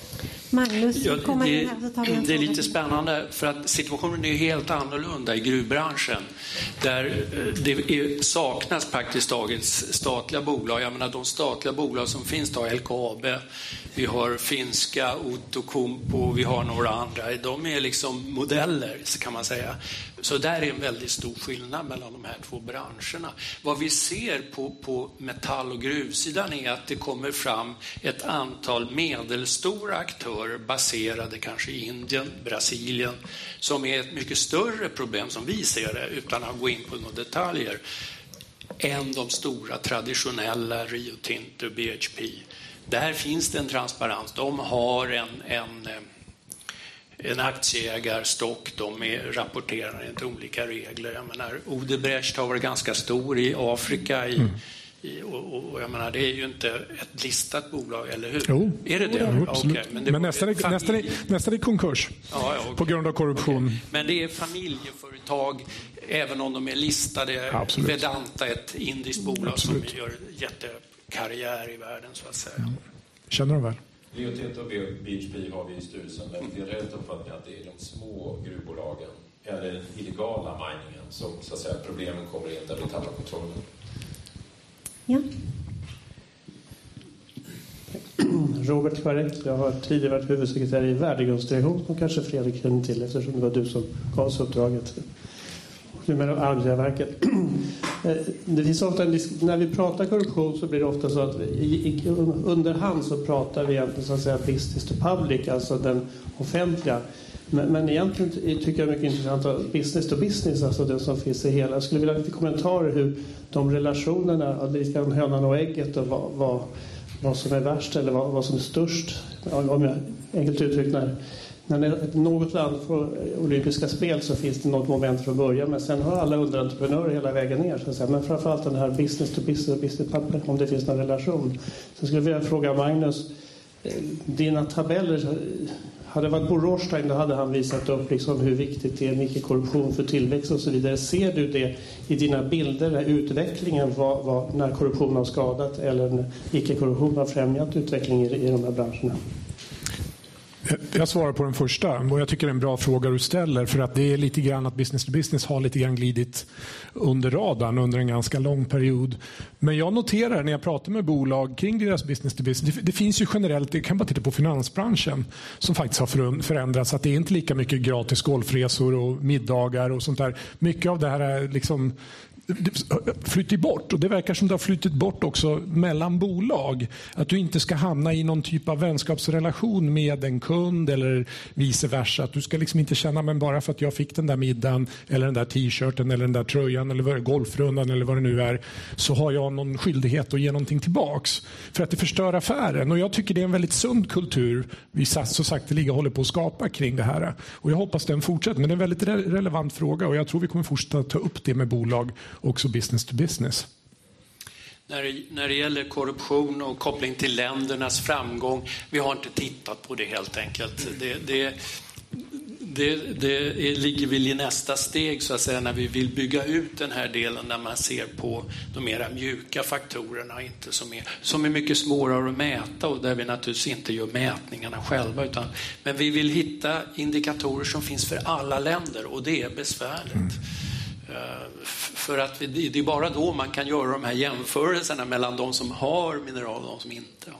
Magnus, ja, kommer det, in här så tar vi en det är fråga. lite spännande för att situationen är helt annorlunda i gruvbranschen, där det är, saknas praktiskt taget statliga bolag. Jag menar, de statliga bolag som finns då, L K A B, vi har finska Outokumpu, vi har några andra, de är liksom modeller, så kan man säga. Så där är en väldigt stor skillnad mellan de här två branscherna. Vad vi ser på, på metall- och gruvsidan är att det kommer fram ett antal medelstora aktörer baserade kanske i Indien, Brasilien, som är ett mycket större problem som vi ser det, utan att gå in på några detaljer, än de stora traditionella Rio Tinto, B H P. Där finns det en transparens. De har en, en, en aktieägarstock, de är rapporterade enligt olika regler. Jag menar, Odebrecht har varit ganska stor i Afrika i, mm. i, och, och jag menar, det är ju inte ett listat bolag, eller hur? Jo. Är det det? Jo, okay, men det men nästan är, nästa är, nästa är konkurs ja, ja, okay. på grund av korruption. Okay. Men det är familjeföretag, även om de är listade. Absolut. Vedanta, ett indiskt bolag Absolut. som gör jättekarriär i världen, så att säga. Mm. Känner de väl? Rio Tinto och B H P har vi i styrelsen, men det är rätt uppfattning att det är de små gruvbolagen eller den illegala miningen som, så att säga, problemen kommer in där vi tappar kontrollen. Ja. Robert Kvarek, jag har tidigare varit huvudsekreterare i värdegrundsdirektion, som kanske Fredrik känner till eftersom det var du som gav oss uppdraget. Med Arbetsgivarverket. Det finns ofta en disk- när vi pratar korruption så blir det ofta så att i, i, underhand så pratar vi egentligen så att säga business to public, alltså den offentliga. Men, men egentligen tycker jag det är mycket intressant att business to business, alltså det som finns i hela. Jag skulle vilja ha lite kommentarer hur de relationerna, lite om hönan och ägget och vad, vad, vad som är värst eller vad, vad som är störst. Om jag enkelt uttryckt, när När något land får olympiska spel så finns det något moment för att börja, men sen har alla underentreprenörer hela vägen ner. Så att säga. Men framförallt den här business to business, business public, om det finns någon relation. Så skulle jag vilja fråga Magnus, dina tabeller, hade det varit på Rothstein, då hade han visat upp liksom hur viktigt det är med icke-korruption för tillväxt och så vidare. Ser du det i dina bilder, där utvecklingen var, var när korruption har skadat eller när icke-korruption har främjat utveckling i, i de här branscherna? Jag svarar på den första och jag tycker det är en bra fråga du ställer, för att det är lite grann att business to business har lite grann glidit under radarn under en ganska lång period. Men jag noterar när jag pratar med bolag kring deras business to business, det, det finns ju generellt, det kan bara titta på finansbranschen som faktiskt har förändrats, att det är inte lika mycket gratis golfresor och middagar och sånt där. Mycket av det här är liksom flyttit bort, och det verkar som det har flyttit bort också mellan bolag. Att du inte ska hamna i någon typ av vänskapsrelation med en kund eller vice versa. Att du ska liksom inte känna, men bara för att jag fick den där middagen eller den där t-shirten eller den där tröjan eller golfrundan eller vad det nu är, så har jag någon skyldighet att ge någonting tillbaks för att det förstör affären. Och jag tycker det är en väldigt sund kultur vi så sagt ligger håller på att skapa kring det här. Och jag hoppas den fortsätter, men det är en väldigt re- relevant fråga och jag tror vi kommer fortsätta ta upp det med bolag, också business to business. När det, när det gäller korruption och koppling till ländernas framgång, vi har inte tittat på det helt enkelt. Det, det, det, det ligger väl i nästa steg så att säga, när vi vill bygga ut den här delen där man ser på de mera mjuka faktorerna, inte som är, som är mycket svårare att mäta och där vi naturligtvis inte gör mätningarna själva. Utan, men vi vill hitta indikatorer som finns för alla länder och det är besvärligt. Mm. För att vi, det är bara då man kan göra de här jämförelserna mellan de som har mineral och de som inte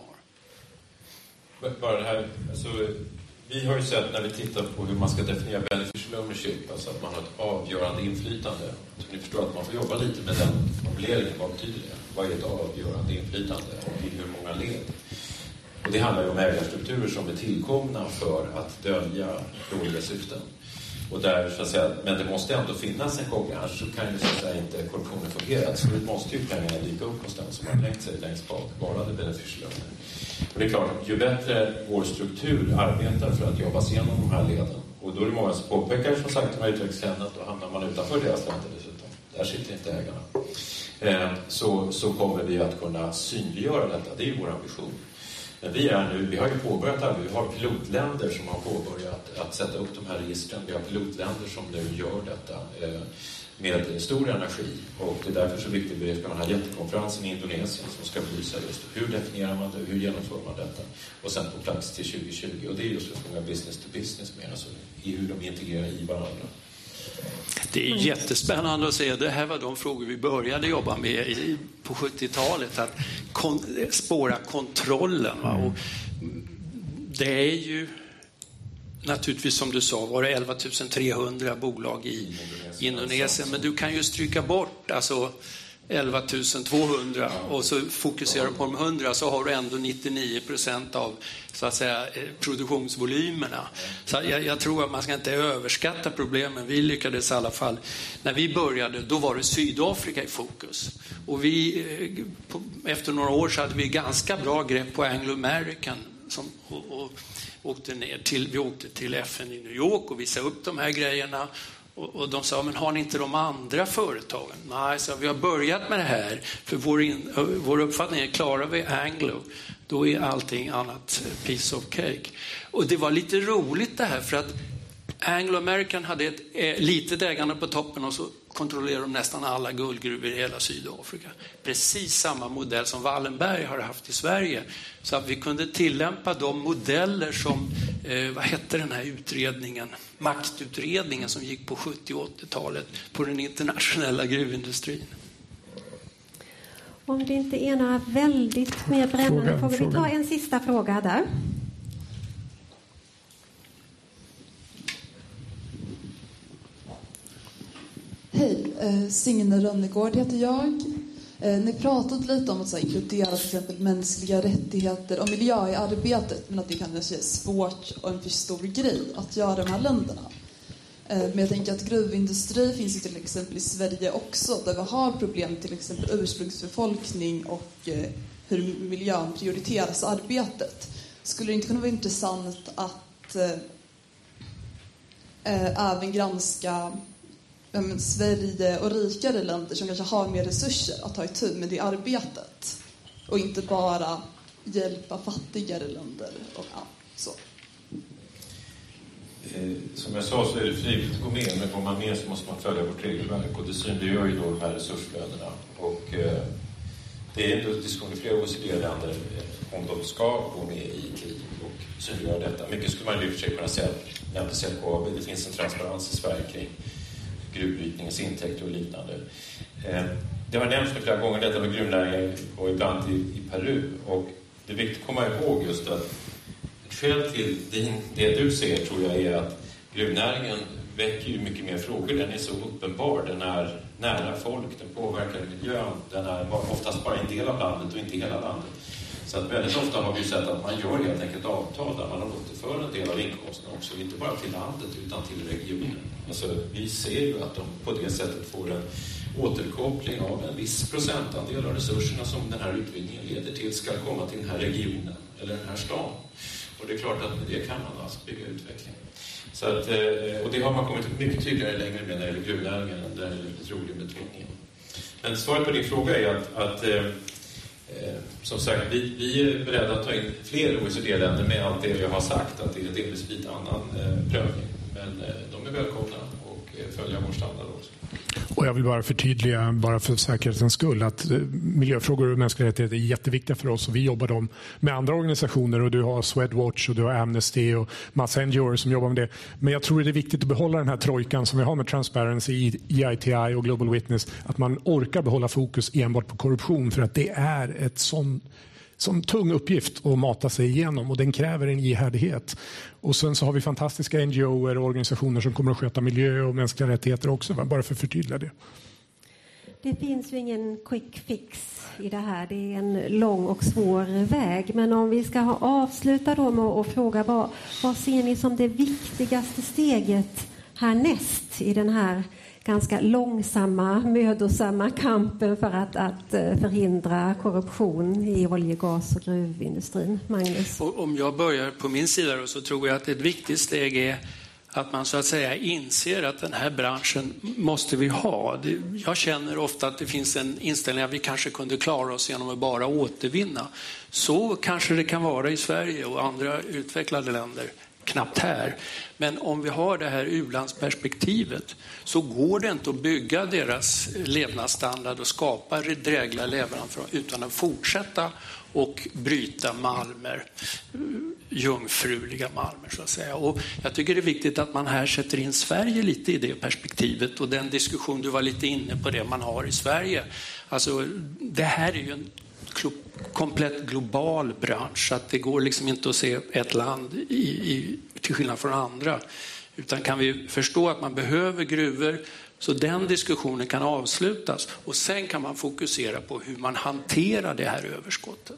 har. Bara det här, alltså, vi har ju sett när vi tittar på hur man ska definiera beneficial ownership, alltså att man har ett avgörande inflytande. Så ni förstår att man får jobba lite med den formuleringen. Vad betyder det? Vad är ett avgörande inflytande och i hur många led? Och det handlar ju om ägarstrukturer som är tillkomna för att dölja dåliga syften. Och där, så att säga, men det måste ändå finnas en koppling, annars så kan ju så att säga inte korruptionen fungera. Så det måste ju pengarna dyka upp hos den som har tänkt sig längst bak, bara det beneficial owner. Och det är klart att ju bättre vår struktur arbetar för att jobba sig igenom de här leden, och då är det många som påpekar som sagt de här utvecklingsländerna, då hamnar man utanför deras länder dessutom. Där sitter inte ägarna. Eh, så, så kommer vi att kunna synliggöra detta, det är ju vår ambition. Men vi, är nu, vi har ju påbörjat här, vi har pilotländer som har påbörjat att sätta upp de här registren. Vi har pilotländer som nu gör detta eh, med stor energi. Och det är därför så viktigt att vi ska ha den här jättekonferensen i Indonesien som ska belysa just hur definierar man det, hur genomför man detta. Och sen på plats till tjugo tjugo. Och det är just så många business to business med, alltså i hur de integrerar i varandra. Det är jättespännande att se. Det här var de frågor vi började jobba med på sjuttiotalet. Att kon- spåra kontrollen. Va? Och det är ju naturligtvis som du sa var det elva tusen trehundra bolag i Indonesien. Indonesien. Men du kan ju stryka bort alltså elva tusen tvåhundra och så fokuserar du på de hundra, så har du ändå nittionio procent av så att säga produktionsvolymerna. Så jag, jag tror att man ska inte överskatta problemen. Vi lyckades i alla fall. När vi började, då var det Sydafrika i fokus. Och vi, efter några år så hade vi ganska bra grepp på Anglo American som, och, och åkte ner till, vi åkte till F N i New York och visade upp de här grejerna. Och de sa, men har ni inte de andra företagen? Nej, så vi har börjat med det här. För vår, in, vår uppfattning är, klarar vi Anglo, då är allting annat piece of cake. Och det var lite roligt det här, för att Anglo American hade ett eh, litet ägande på toppen och så kontrollerar de nästan alla guldgruvor i hela Sydafrika. Precis samma modell som Wallenberg har haft i Sverige. Så att vi kunde tillämpa de modeller som, eh, vad hette den här utredningen? Maktutredningen som gick på sjuttio- och åttiotalet på den internationella gruvindustrin. Om det inte är några väldigt mer brännande frågor. Vi tar en sista fråga där. Hej, eh, Signe Rönnegård heter jag. Eh, ni pratade lite om att så här, inkludera till exempel mänskliga rättigheter och miljö i arbetet, men att det kanske är svårt och en för stor grej att göra de här länderna. Eh, men jag tänker att gruvindustri finns ju till exempel i Sverige också, där vi har problem till exempel ursprungsbefolkning och eh, hur miljön prioriteras i arbetet. Skulle det inte kunna vara intressant att eh, eh, även granska men, Sverige och rikare länder som kanske har mer resurser att ta itu med det arbetet och inte bara hjälpa fattigare länder och ja, så. Eh, som jag sa så är det frivilligt att gå med, men går man med så måste man följa vårt regelverk och det synliggör ju då de här resursflödena. Och eh, det är en diskussion i flera O E C D-länder om de ska gå med i krig och synliggöra detta. Mycket skulle man ju i och för sig kunna säga, nämnde L K A B, det finns en transparens i Sverige kring gruvbrytningens intäkter och liknande. Eh, det har nämnts flera gånger detta med gruvnäringen och ibland i, i Peru, och det är viktigt att komma ihåg just att ett skäl till din, det du ser tror jag är att gruvnäringen väcker ju mycket mer frågor. Den är så uppenbar, den är nära folk, den påverkar miljön, den är oftast bara en del av landet och inte hela landet. Så att väldigt ofta har vi sett att man gör helt enkelt avtal där man återför en del av inkomsten också, inte bara till landet utan till regionen. Alltså, vi ser ju att de på det sättet får en återkoppling av en viss procentandel av resurserna som den här utbildningen leder till ska komma till den här regionen eller den här stan. Och det är klart att med det kan man alltså bygga utveckling. Så att, och det har man kommit mycket tydligare längre med när det gäller gruvnäringen än när det gäller petroleumutvinningen. Men svaret på din fråga är att, att eh, som sagt, vi, vi är beredda att ta in fler O E C D-länder med allt det jag har sagt, att det är delvis lite annan eh, prövning. Men eh, de är välkomna och eh, följa vår standard också. Och jag vill bara förtydliga, bara för säkerhetens skull, att miljöfrågor och mänskliga rättigheter är jätteviktiga för oss och vi jobbar dem med andra organisationer, och du har Swedwatch och du har Amnesty och massa N G O:er som jobbar med det. Men jag tror det är viktigt att behålla den här trojkan som vi har med Transparency, E I T I och Global Witness, att man orkar behålla fokus enbart på korruption, för att det är ett sån som tung uppgift att mata sig igenom, och den kräver en ihärdighet. Och sen så har vi fantastiska N G O:er och organisationer som kommer att sköta miljö och mänskliga rättigheter också, bara för att förtydliga det. Det finns ju ingen quick fix i det här. Det är en lång och svår väg. Men om vi ska ha avsluta då med att fråga vad, vad ser ni som det viktigaste steget härnäst i den här ganska långsamma, mödosamma kampen för att, att förhindra korruption i olje-, gas- och gruvindustrin? Magnus? Och om jag börjar på min sida då, så tror jag att ett viktigt steg är att man så att säga inser att den här branschen måste vi ha. Jag känner ofta att det finns en inställning att vi kanske kunde klara oss genom att bara återvinna. Så kanske det kan vara i Sverige och andra utvecklade länder. Knappt här. Men om vi har det här u-landsperspektivet så går det inte att bygga deras levnadsstandard och skapa drägliga levnadsförhållanden utan att fortsätta och bryta malmer, jungfruliga malmer så att säga. Och jag tycker det är viktigt att man här sätter in Sverige lite i det perspektivet, och den diskussion du var lite inne på det man har i Sverige. Alltså det här är ju en komplett global bransch, så att det går liksom inte att se ett land i, i, till skillnad från andra, utan kan vi förstå att man behöver gruvor, så den diskussionen kan avslutas och sen kan man fokusera på hur man hanterar det här överskottet.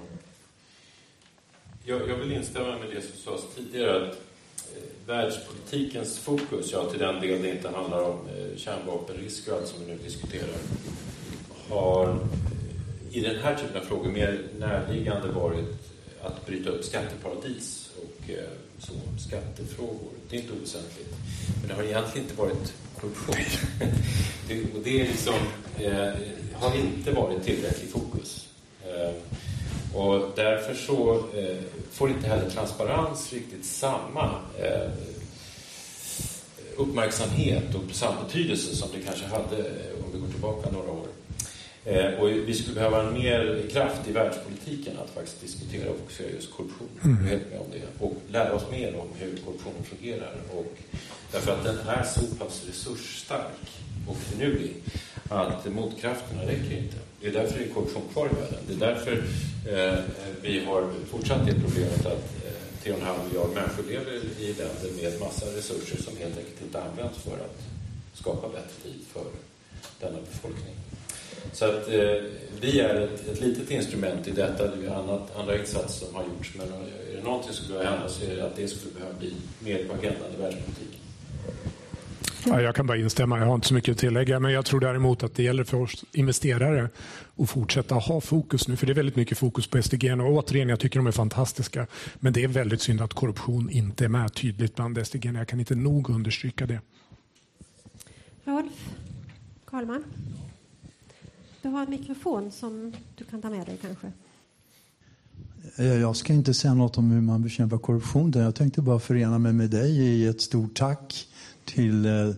Jag, jag vill instämma med det som sades tidigare, att eh, världspolitikens fokus, ja, till den del det inte handlar om eh, kärnvapenrisk och allt som vi nu diskuterar, har i den här typen av frågor mer närliggande varit att bryta upp skatteparadis och eh, så, skattefrågor. Det är inte oväsentligt. Men det har egentligen inte varit korruption. det, och det är liksom, eh, har inte varit tillräcklig fokus. Eh, och därför så eh, får inte heller transparens riktigt samma eh, uppmärksamhet och samma betydelse som det kanske hade om vi går tillbaka några år. Eh, och vi skulle behöva en mer kraft i världspolitiken att faktiskt diskutera och fokusera just korruption. Mm. Helt med om det. Och lära oss mer om hur korruptionen fungerar. Och därför att den är så pass resursstark och finurlig att motkrafterna räcker inte. Det är därför det är korruption kvar i världen. Det är därför eh, vi har fortsatt det problemet att eh, tre komma fem miljarder människor lever i länder med massa resurser som helt enkelt inte används för att skapa bättre tid för denna befolkning. Så att eh, vi är ett, ett litet instrument i detta. Det är annat, andra insatser som har gjorts. Men är det någonting som skulle hända så är det att det skulle behöva bli mer på agendan i världspolitiken. Ja, jag kan bara instämma. Jag har inte så mycket att tillägga. Men jag tror däremot att det gäller för oss investerare att fortsätta ha fokus nu. För det är väldigt mycket fokus på S D G. Och återigen, jag tycker de är fantastiska. Men det är väldigt synd att korruption inte är med tydligt bland S D G. Jag kan inte nog understryka det. Rolf Karlman. Du har en mikrofon som du kan ta med dig kanske. Jag ska inte säga något om hur man bekämpar korruption. Jag tänkte bara förena mig med dig i ett stort tack till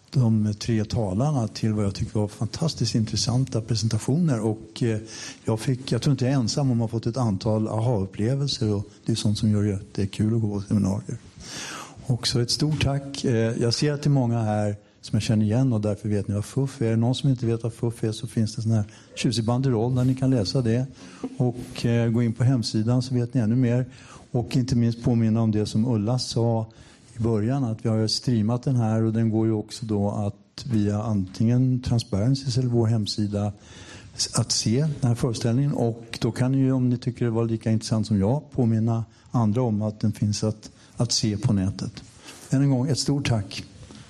de tre talarna till vad jag tycker var fantastiskt intressanta presentationer. Och jag, fick, jag tror inte jag är ensam om att ha fått ett antal aha-upplevelser, och det är sånt som gör det är kul att gå på seminarier. Och så ett stort tack. Jag ser att det är många här som jag känner igen och därför vet ni vad F U F är. Är det någon som inte vet vad F U F är så finns det en sån här tjusig banderoll där ni kan läsa det. Och eh, gå in på hemsidan så vet ni ännu mer. Och inte minst påminna om det som Ulla sa i början, att vi har streamat den här och den går ju också då att via antingen Transparency eller vår hemsida att se den här föreställningen. Och då kan ni ju, om ni tycker det var lika intressant som jag, påminna andra om att den finns att, att se på nätet. Än en gång, ett stort tack.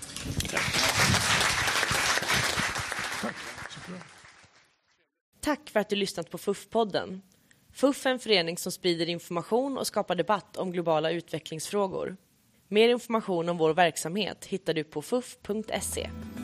Tack för att du lyssnat på F U F-podden. F U F är en förening som sprider information och skapar debatt om globala utvecklingsfrågor. Mer information om vår verksamhet hittar du på f u f punkt se.